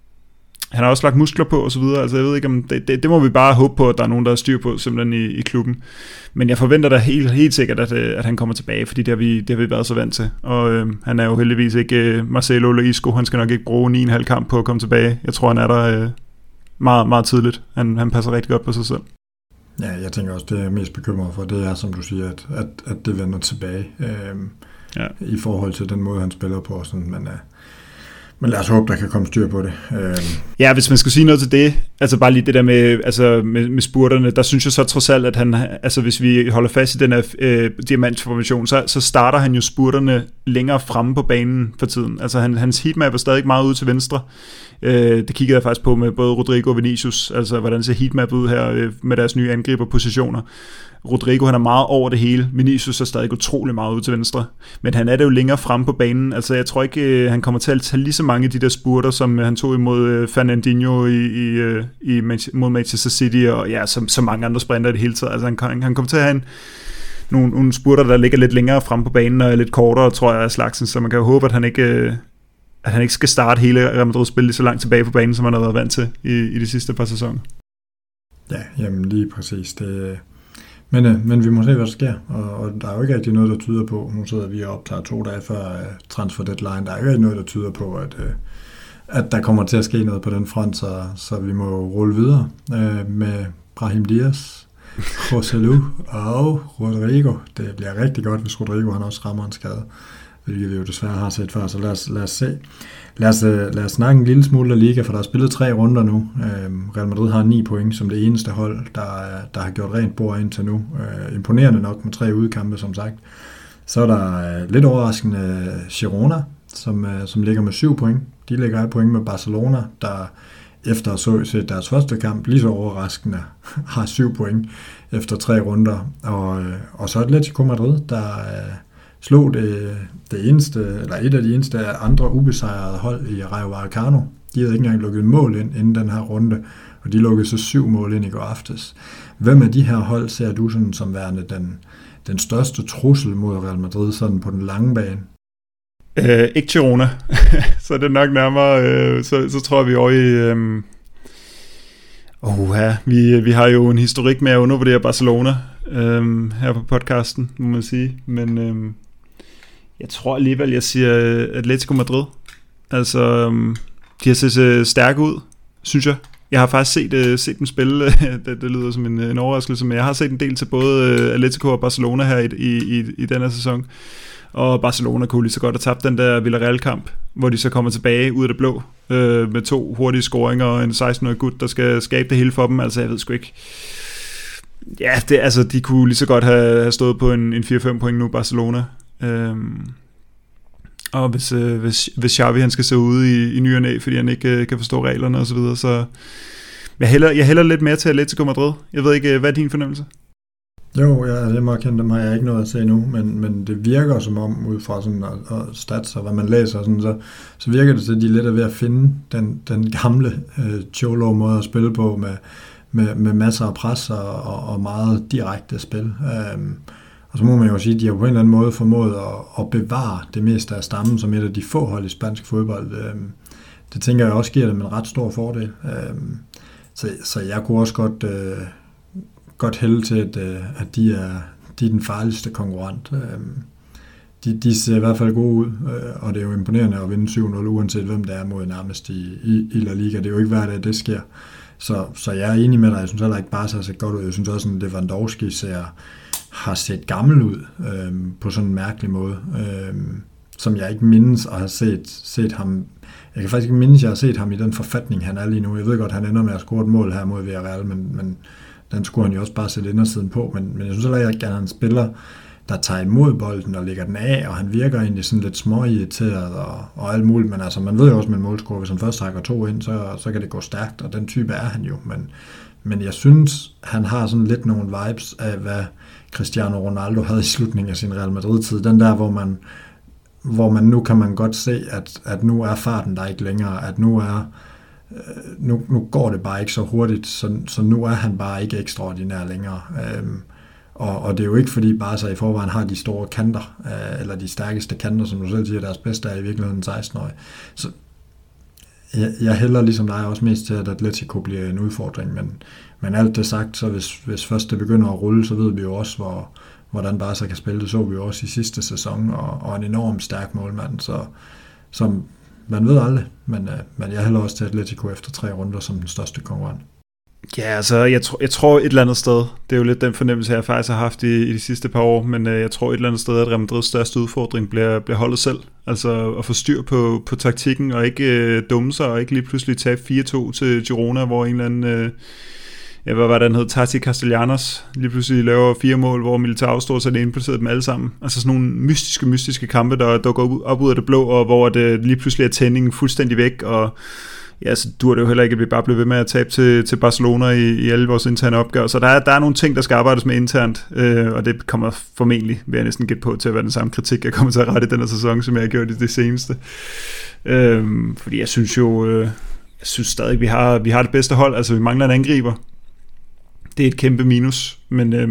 han har også lagt muskler på og så videre. Altså, jeg ved ikke om... Det, det, det må vi bare håbe på, at der er nogen, der har styr på, simpelthen i, i klubben. Men jeg forventer da helt, helt sikkert, at, at han kommer tilbage, fordi det har vi, det har vi været så vant til. Og øh, han er jo heldigvis ikke øh, Marcelo Loisco. Han skal nok ikke bruge ni og en halv kamp på at komme tilbage. Jeg tror, han er der øh, meget, meget tidligt. Han, han passer rigtig godt på sig selv.
Ja, jeg tænker også, det jeg er mest bekymret for, det er, som du siger, at, at, at det vender tilbage øh, ja. i forhold til den måde, han spiller på. Sådan, men, øh, men lad os håbe, der kan komme styr på det. Øh.
Ja, hvis man skal sige noget til det, altså bare lige det der med, altså med, med spurterne, der synes jeg så trods alt, at han, altså hvis vi holder fast i den her øh, diamantformation, så, så starter han jo spurterne længere fremme på banen for tiden. Altså han, hans heatmap er stadig meget ude til venstre. Det kiggede jeg faktisk på med både Rodrigo og Vinicius, altså hvordan ser heatmap ud her med deres nye angriberpositioner. Rodrigo, han er meget over det hele. Vinicius er stadig utrolig meget ud til venstre. Men han er det jo længere frem på banen. Altså, jeg tror ikke, han kommer til at tage lige så mange af de der spurter, som han tog imod Fernandinho i, i, i, mod Manchester City, og ja, som så mange andre sprinter i det hele taget. Altså, han, han kommer til at have en, nogle, nogle spurter, der ligger lidt længere frem på banen, og er lidt kortere, tror jeg, af slagsen. Så man kan jo håbe, at han ikke, at han ikke skal starte hele Real Madrid-spillet så langt tilbage på banen, som han har været vant til i, i de sidste par sæsoner.
Ja, jamen lige præcis. Det, men, øh, men vi må se, hvad der sker, og, og der er jo ikke rigtig noget, der tyder på, nu sidder vi og optager to dage før uh, transfer deadline, der er jo ikke noget, der tyder på, at, uh, at der kommer til at ske noget på den front, så, så vi må rulle videre uh, med Brahim Diaz, Joselu og Rodrigo. Det bliver rigtig godt, hvis Rodrigo han også rammer en skade, hvilket vi jo desværre har set før, så lad os, lad os se. Lad os, lad os snakke en lille smule af Liga, for der er spillet tre runder nu. Real Madrid har ni point som det eneste hold, der, der har gjort rent bord indtil nu. Imponerende nok med tre udkampe, som sagt. Så er der lidt overraskende Girona, som, som ligger med syv point. De ligger i point med Barcelona, der efter at så set deres første kamp, lige så overraskende, har syv point efter tre runder. Og, og så Atletico Madrid, der slog det, det eneste, eller et af de eneste andre ubesejrede hold i Rayo Vallecano. De havde ikke engang lukket mål ind inden den her runde, og de lukkede så syv mål ind i går aftes. Hvem af de her hold ser du sådan som værende den, den største trussel mod Real Madrid sådan på den lange bane?
Øh, ikke Girona, så er det nok nærmere, øh, så, så tror vi over i... Øh... Oh, ja. vi, vi har jo en historik med at undervurdere Barcelona øh, her på podcasten, må man sige, men... Øh... Jeg tror alligevel, jeg siger Atletico Madrid. Altså, de har set stærke ud, synes jeg. Jeg har faktisk set, set dem spille, det, det lyder som en, en overraskelse, men jeg har set en del til både Atletico og Barcelona her i, i, i den her sæson. Og Barcelona kunne lige så godt have tabt den der Villarreal-kamp, hvor de så kommer tilbage ud af det blå, øh, med to hurtige scoringer og en seksten-årig gut, der skal skabe det hele for dem. Altså, jeg ved sgu ikke. Ja, det, altså, de kunne lige så godt have, have stået på en, en fire fem point nu, Barcelona. Øhm, og hvis, øh, hvis, hvis Xavi han skal se ude i, i ny og næ, fordi han ikke øh, kan forstå reglerne og så videre, så jeg hælder, jeg hælder lidt mere til Atletico Madrid. Jeg ved ikke, hvad er din fornemmelse?
Jo, jeg, jeg må kende dem, har jeg ikke noget at se nu, men, men det virker som om, ud fra sådan, og, og stats og hvad man læser, sådan, så, så virker det til, at de er lidt ved at finde den, den gamle øh, Cholo-måde at spille på, med, med, med masser af pres og, og, og meget direkte spil. Øhm, Og så må man jo sige, at de har på en eller anden måde formået at, at bevare det meste af stammen som et af de få hold i spansk fodbold. Det tænker jeg også giver dem en ret stor fordel. Så, så jeg kunne også godt, godt hælde til, at, at de, er, de er den farligste konkurrent. De, de ser i hvert fald gode ud, og det er jo imponerende at vinde syv nul, uanset hvem det er mod nærmest i, i, i La Liga. Det er jo ikke hver dag, det sker. Så, så jeg er enig med dig. Jeg synes heller ikke bare, så har set godt ud. Jeg synes også, at Lewandowski ser har set gammel ud øh, på sådan en mærkelig måde, øh, som jeg ikke mindes at have set, set ham. Jeg kan faktisk ikke mindes, at jeg har set ham i den forfatning, han er lige nu. Jeg ved godt, at han ender med at score et mål her mod Villarreal, men, men den skulle han jo også bare sætte indersiden på. Men, men jeg synes heller ikke, at han spiller, der tager imod bolden og lægger den af, og han virker egentlig sådan lidt småirriteret og, og alt muligt. Men altså, man ved jo også med en målscore, hvis han først trækker to ind, så, så kan det gå stærkt, og den type er han jo. Men, men jeg synes, han har sådan lidt nogle vibes af, hvad Cristiano Ronaldo havde i slutningen af sin Real Madrid-tid. Den der, hvor man, hvor man nu kan man godt se, at, at nu er farten der ikke længere, at nu er nu, nu går det bare ikke så hurtigt, så, så nu er han bare ikke ekstraordinær længere. Øhm, og, og det er jo ikke, fordi Barca i forvejen har de store kanter, øh, eller de stærkeste kanter, som du selv siger, deres bedste er i virkeligheden seksten-årige. Så jeg, jeg hælder ligesom dig også mest til, at Atletico bliver en udfordring, men, men alt det sagt, så hvis, hvis først det begynder at rulle, så ved vi jo også, hvor, hvordan Barca kan spille. Det så vi jo også i sidste sæson, og, og en enormt stærk målmand, så som man ved aldrig, men, øh, men jeg hælder også til Atletico efter tre runder som den største konkurrent.
Ja, altså, jeg, tr- jeg tror et eller andet sted, det er jo lidt den fornemmelse, jeg faktisk har haft i, i de sidste par år, men øh, jeg tror et eller andet sted, at Real Madrids største udfordring bliver, bliver holdet selv. Altså at få styr på, på taktikken, og ikke øh, dumme sig, og ikke lige pludselig tabe fire to til Girona, hvor en eller anden, øh, ja, hvad var det, han hed, Tati Castellanos, lige pludselig laver fire mål, hvor Militao stort set indplacerede dem alle sammen. Altså sådan nogle mystiske, mystiske kampe, der, der går op ud af det blå, og hvor det lige pludselig er tændingen fuldstændig væk, og ja, så dur det jo heller ikke, at vi bare bliver ved med at tabe til, til Barcelona i, i alle vores interne opgaver. Så der er, der er nogle ting, der skal arbejdes med internt, øh, og det kommer formentlig, vil jeg næsten gætte på, til at være den samme kritik, jeg kommer til at rette i den her sæson, som jeg har gjort i det seneste. Øh, fordi jeg synes jo, øh, jeg synes stadig, at vi har, vi har det bedste hold, altså vi mangler en angriber. Det er et kæmpe minus, men... Øh,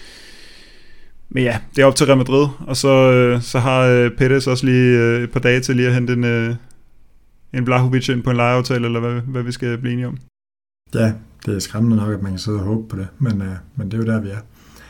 Men ja, det er op til Real Madrid, og så, øh, så har øh, Pettis også lige øh, et par dage til lige at hente en, øh, en Vlahovic ind på en lejeaftale, eller hvad, hvad vi skal blive enige om.
Ja, det er skræmmende nok, at man kan sidde og håbe på det, men, øh, men det er jo der, vi er.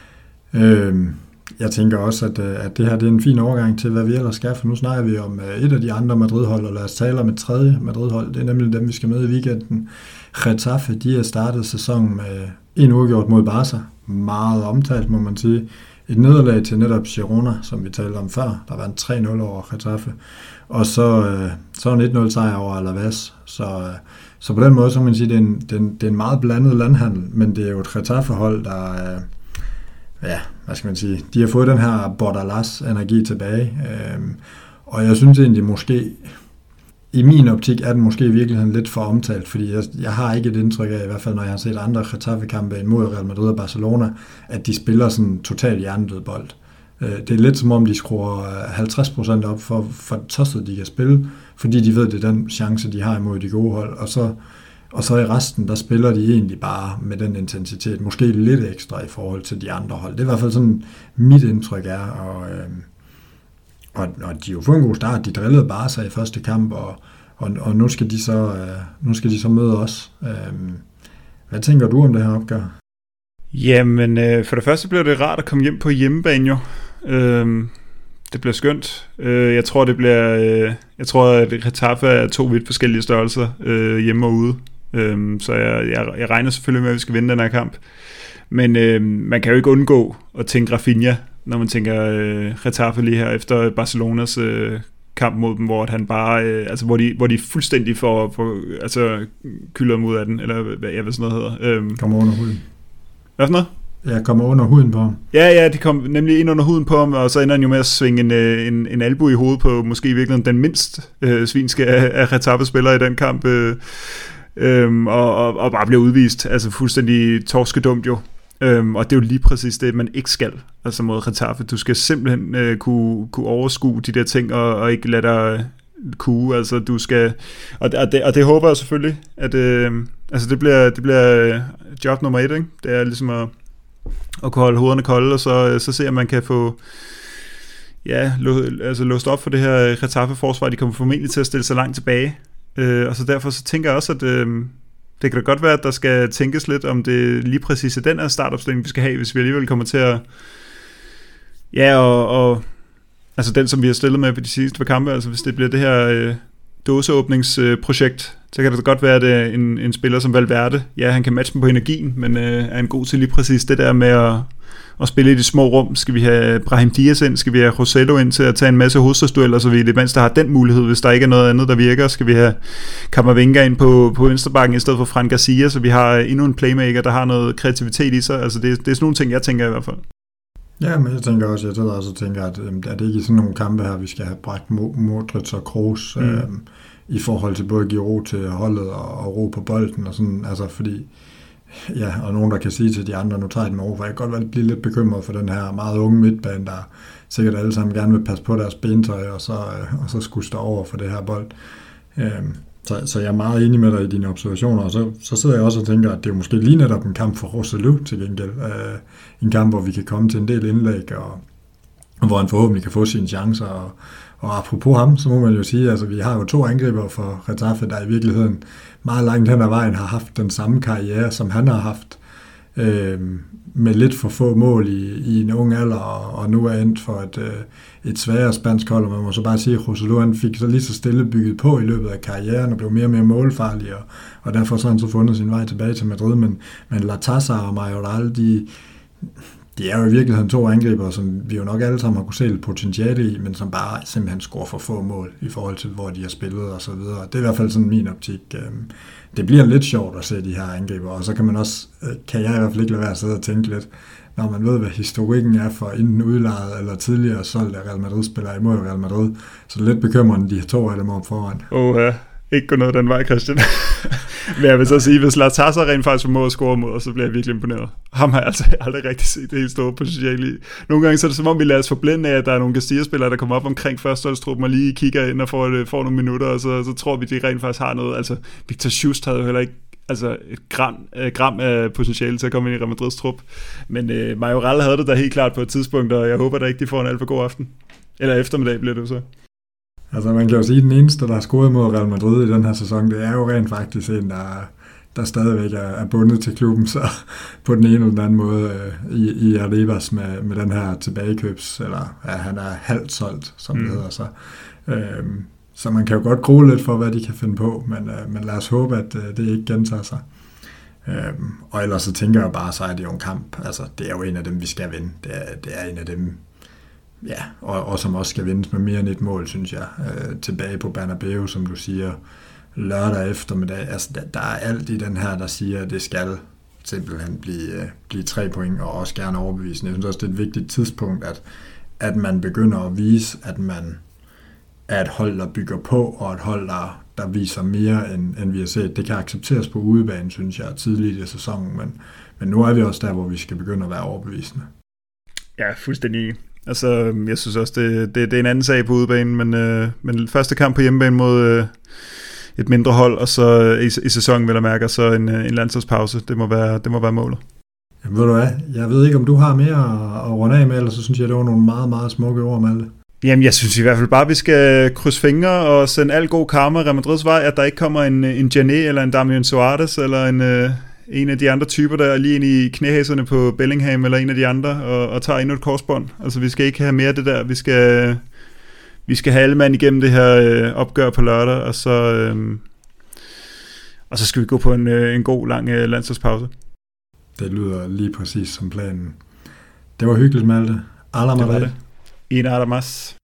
Øh, jeg tænker også, at, at det her det er en fin overgang til, hvad vi ellers skal, for nu snakker vi om øh, et af de andre Madrid-hold, og lad os tale om et tredje Madrid-hold. Det er nemlig dem, vi skal møde i weekenden. Getafe, de har startet sæsonen med en uafgjort mod Barca. Meget omtalt, må man sige. Et nederlag til netop Girona, som vi talte om før. Der var en tre nul over Getafe. Og så, øh, så en et nul sejr over Alaves. Så, øh, så på den måde, så kan man sige, det er en, det er en, det er en meget blandet landhandel, men det er jo et Getafe-hold, der, øh, ja, hvad skal man sige, de har fået den her Bordalas-energi tilbage. Øh, og jeg synes egentlig måske, i min optik er den måske i virkeligheden lidt for omtalt, fordi jeg, jeg har ikke et indtryk af, i hvert fald når jeg har set andre Getafe-kampe imod Real Madrid og Barcelona, at de spiller sådan totalt hjernedød bold. Det er lidt som om, de skruer halvtreds procent op for, for tosset, de kan spille, fordi de ved, det er den chance, de har imod de gode hold, og så, og så i resten, der spiller de egentlig bare med den intensitet, måske lidt ekstra i forhold til de andre hold. Det er i hvert fald sådan, mit indtryk er, og... Øh, Og, og de har jo fået en god start. De drillede Barca i første kamp, og, og, og nu, skal de så, øh, nu skal de så møde os. Øh, hvad tænker du om det her opgør?
Jamen, øh, for det første bliver det rart at komme hjem på hjemmebane, jo. Øh, det bliver skønt. Øh, jeg tror, det bliver... Øh, jeg tror, at Getafe er to vidt forskellige størrelser, øh, hjemme og ude. Øh, så jeg, jeg, jeg regner selvfølgelig med, at vi skal vinde den her kamp. Men øh, man kan jo ikke undgå at tænke Rafinha, når man tænker øh, Getafe lige her efter Barcelonas øh, kamp mod dem, hvor han bare, øh, altså hvor de, hvor de fuldstændig får, får altså kylder dem ud af den, eller hvad, ja, hvad sådan noget hedder. Øhm.
Kommer under huden.
Hvad for noget?
Ja, kommer under huden på ham.
Ja, ja, de kom nemlig ind under huden på ham, og så ender han jo med at svinge en, en, en albu i hovedet på måske i virkeligheden den mindst øh, svinske af, af Getafe-spillere i den kamp, øh, øh, og, og, og bare bliver udvist, altså fuldstændig torskedumt jo. Øhm, og det er jo lige præcis det, man ikke skal, altså mod Getafe. Du skal simpelthen øh, kunne, kunne overskue de der ting, og, og ikke lade dig kue, altså du skal, og, og, det, og det håber jeg selvfølgelig, at øh, altså det bliver, det bliver job nummer et, ikke? Det er ligesom at, at kunne holde hovederne kolde, og så, så se, om man kan få, ja, lå, altså låst op for det her Getafe-forsvar. De kommer formentlig til at stille sig langt tilbage, øh, og så derfor så tænker jeg også, at øh, det kan da godt være, at der skal tænkes lidt om det lige præcis er den her startopstilling, vi skal have, hvis vi alligevel kommer til at... Ja, og, og altså den, som vi har stillet med på de sidste par kampe, altså hvis det bliver det her øh, dåseåbningsprojekt, så kan det da godt være, at det er en, en spiller som Valverde. Ja, han kan matche dem på energien, men øh, er en god til lige præcis det der med at, at spille i de små rum. Skal vi have Brahim Diaz ind? Skal vi have Rossello ind til at tage en masse hovedstødsdueller, så vi er det mindste har den mulighed, hvis der ikke er noget andet, der virker? Skal vi have Camavinga ind på, på venstrebakken i stedet for Fran Garcia, så vi har endnu en playmaker, der har noget kreativitet i sig? Altså det, det er sådan nogle ting, jeg tænker i hvert fald.
Ja, men jeg tænker også, jeg også tænker, at øhm, er det ikke i sådan nogle kampe her, vi skal have bragt Modric og Kroos mm. øhm, i forhold til både at give ro til holdet og, og ro på bolden og sådan, altså fordi ja, og nogen, der kan sige til de andre, nu tager jeg dem over, for jeg kan godt blive lidt bekymret for den her meget unge midtbane, der sikkert alle sammen gerne vil passe på deres bentøj, og så, øh, og så skulle stå over for det her bold. Øhm, så, så jeg er meget enig med dig i dine observationer, og så, så sidder jeg også og tænker, at det er måske lige netop en kamp for Rossello til gengæld. Øh, en kamp, hvor vi kan komme til en del indlæg, og, og hvor han forhåbentlig kan få sine chancer. Og, og apropos ham, så må man jo sige, at altså, vi har jo to angriber for Getafe, der i virkeligheden meget langt hen ad vejen har haft den samme karriere, som han har haft, øh, med lidt for få mål i, i en ung alder, og, og nu er endt for et, øh, et sværere spansk hold, og man må så bare sige, at Rossello han fik så lige så stille bygget på i løbet af karrieren, og blev mere og mere målfarlig, og, og derfor så har han så fundet sin vej tilbage til Madrid, men, men Latasa og Mayoral, de, de er jo i virkeligheden to angriber, som vi jo nok alle sammen har kunne se lidt potentiale i, men som bare simpelthen scorer for få mål i forhold til, hvor de har spillet og så videre. Det er i hvert fald sådan min optik. Det bliver lidt sjovt at se de her angriber, og så kan man også, kan jeg i hvert fald ikke lade være at sidde og tænke lidt, når man ved, hvad historikken er for enten udlejet eller tidligere solgt af Real Madrid-spillere imod Real Madrid, så det er lidt bekymrende, de her to af dem op foran.
Åh, ja. ikke gå noget den vej, Christian. Men jeg vil så sige, hvis Latasa rent faktisk formår at score mod os, så bliver jeg virkelig imponeret. Ham har jeg altså aldrig rigtig set det helt store potentiale i. Nogle gange så er det som om, vi lader os forblænde af, at der er nogle Castilla-spillere, der kommer op omkring førsteholdstruppen og lige kigger ind og får, får nogle minutter, og så, så tror vi, de rent faktisk har noget. Altså, Victor Schust havde jo heller ikke altså et gram, øh, gram af potentiale til at komme ind i Real Madrids trup. Men øh, Majoral havde det da helt klart på et tidspunkt, og jeg håber da ikke, de får en alt for god aften. Eller eftermiddag bliver det jo så.
Altså man kan jo sige, at den eneste, der har scoret mod Real Madrid i den her sæson, det er jo rent faktisk en, der, der stadigvæk er, er bundet til klubben, så på den ene eller den anden måde øh, i, i Arribas med, med den her tilbagekøbs, eller ja, han er halvt solgt, som mm. det hedder så. Øh, så man kan jo godt grue lidt for, hvad de kan finde på, men, øh, men lad os håbe, at øh, det ikke gentager sig. Øh, og ellers så tænker jeg bare, så er det jo en kamp. Altså det er jo en af dem, vi skal vinde. Det er, det er en af dem, ja, og, og som også skal vindes med mere end et mål, synes jeg. Øh, tilbage på Bernabeu, som du siger, lørdag eftermiddag. Altså, der, der er alt i den her, der siger, at det skal simpelthen blive, øh, blive tre point, og også gerne overbevisende. Jeg synes også, det er et vigtigt tidspunkt, at, at man begynder at vise, at man er et hold, der bygger på, og et hold, der, der viser mere, end, end vi har set. Det kan accepteres på udebane, synes jeg, tidligt i sæsonen, men, men nu er vi også der, hvor vi skal begynde at være overbevisende.
Ja, fuldstændig. Altså, jeg synes også, det, det, det er en anden sag på udebanen, men, øh, men første kamp på hjemmebane mod øh, et mindre hold, og så øh, i, i sæsonen vil jeg mærke, så en, en landsholdspause, det må være, det må være målet.
Jamen, ved du hvad, jeg ved ikke, om du har mere at, at runde af med, eller så synes jeg, det var nogle meget, meget smukke ord, Malte.
Jamen, jeg synes i hvert fald bare, at vi skal krydse fingre og sende al god karma Real Madrids vej, at der ikke kommer en, en Jané eller en Damian Suarez, eller en... Øh, en af de andre typer, der er lige ind i knæhæserne på Bellingham, eller en af de andre, og, og tager endnu et korsbånd. Altså, vi skal ikke have mere af det der. Vi skal, vi skal have alle mand igennem det her øh, opgør på lørdag, og så, øh, og så skal vi gå på en, øh, en god, lang øh, landsholdspause.
Det lyder lige præcis som planen. Det var hyggeligt, Malte. Alla Madrid.
En Adamas.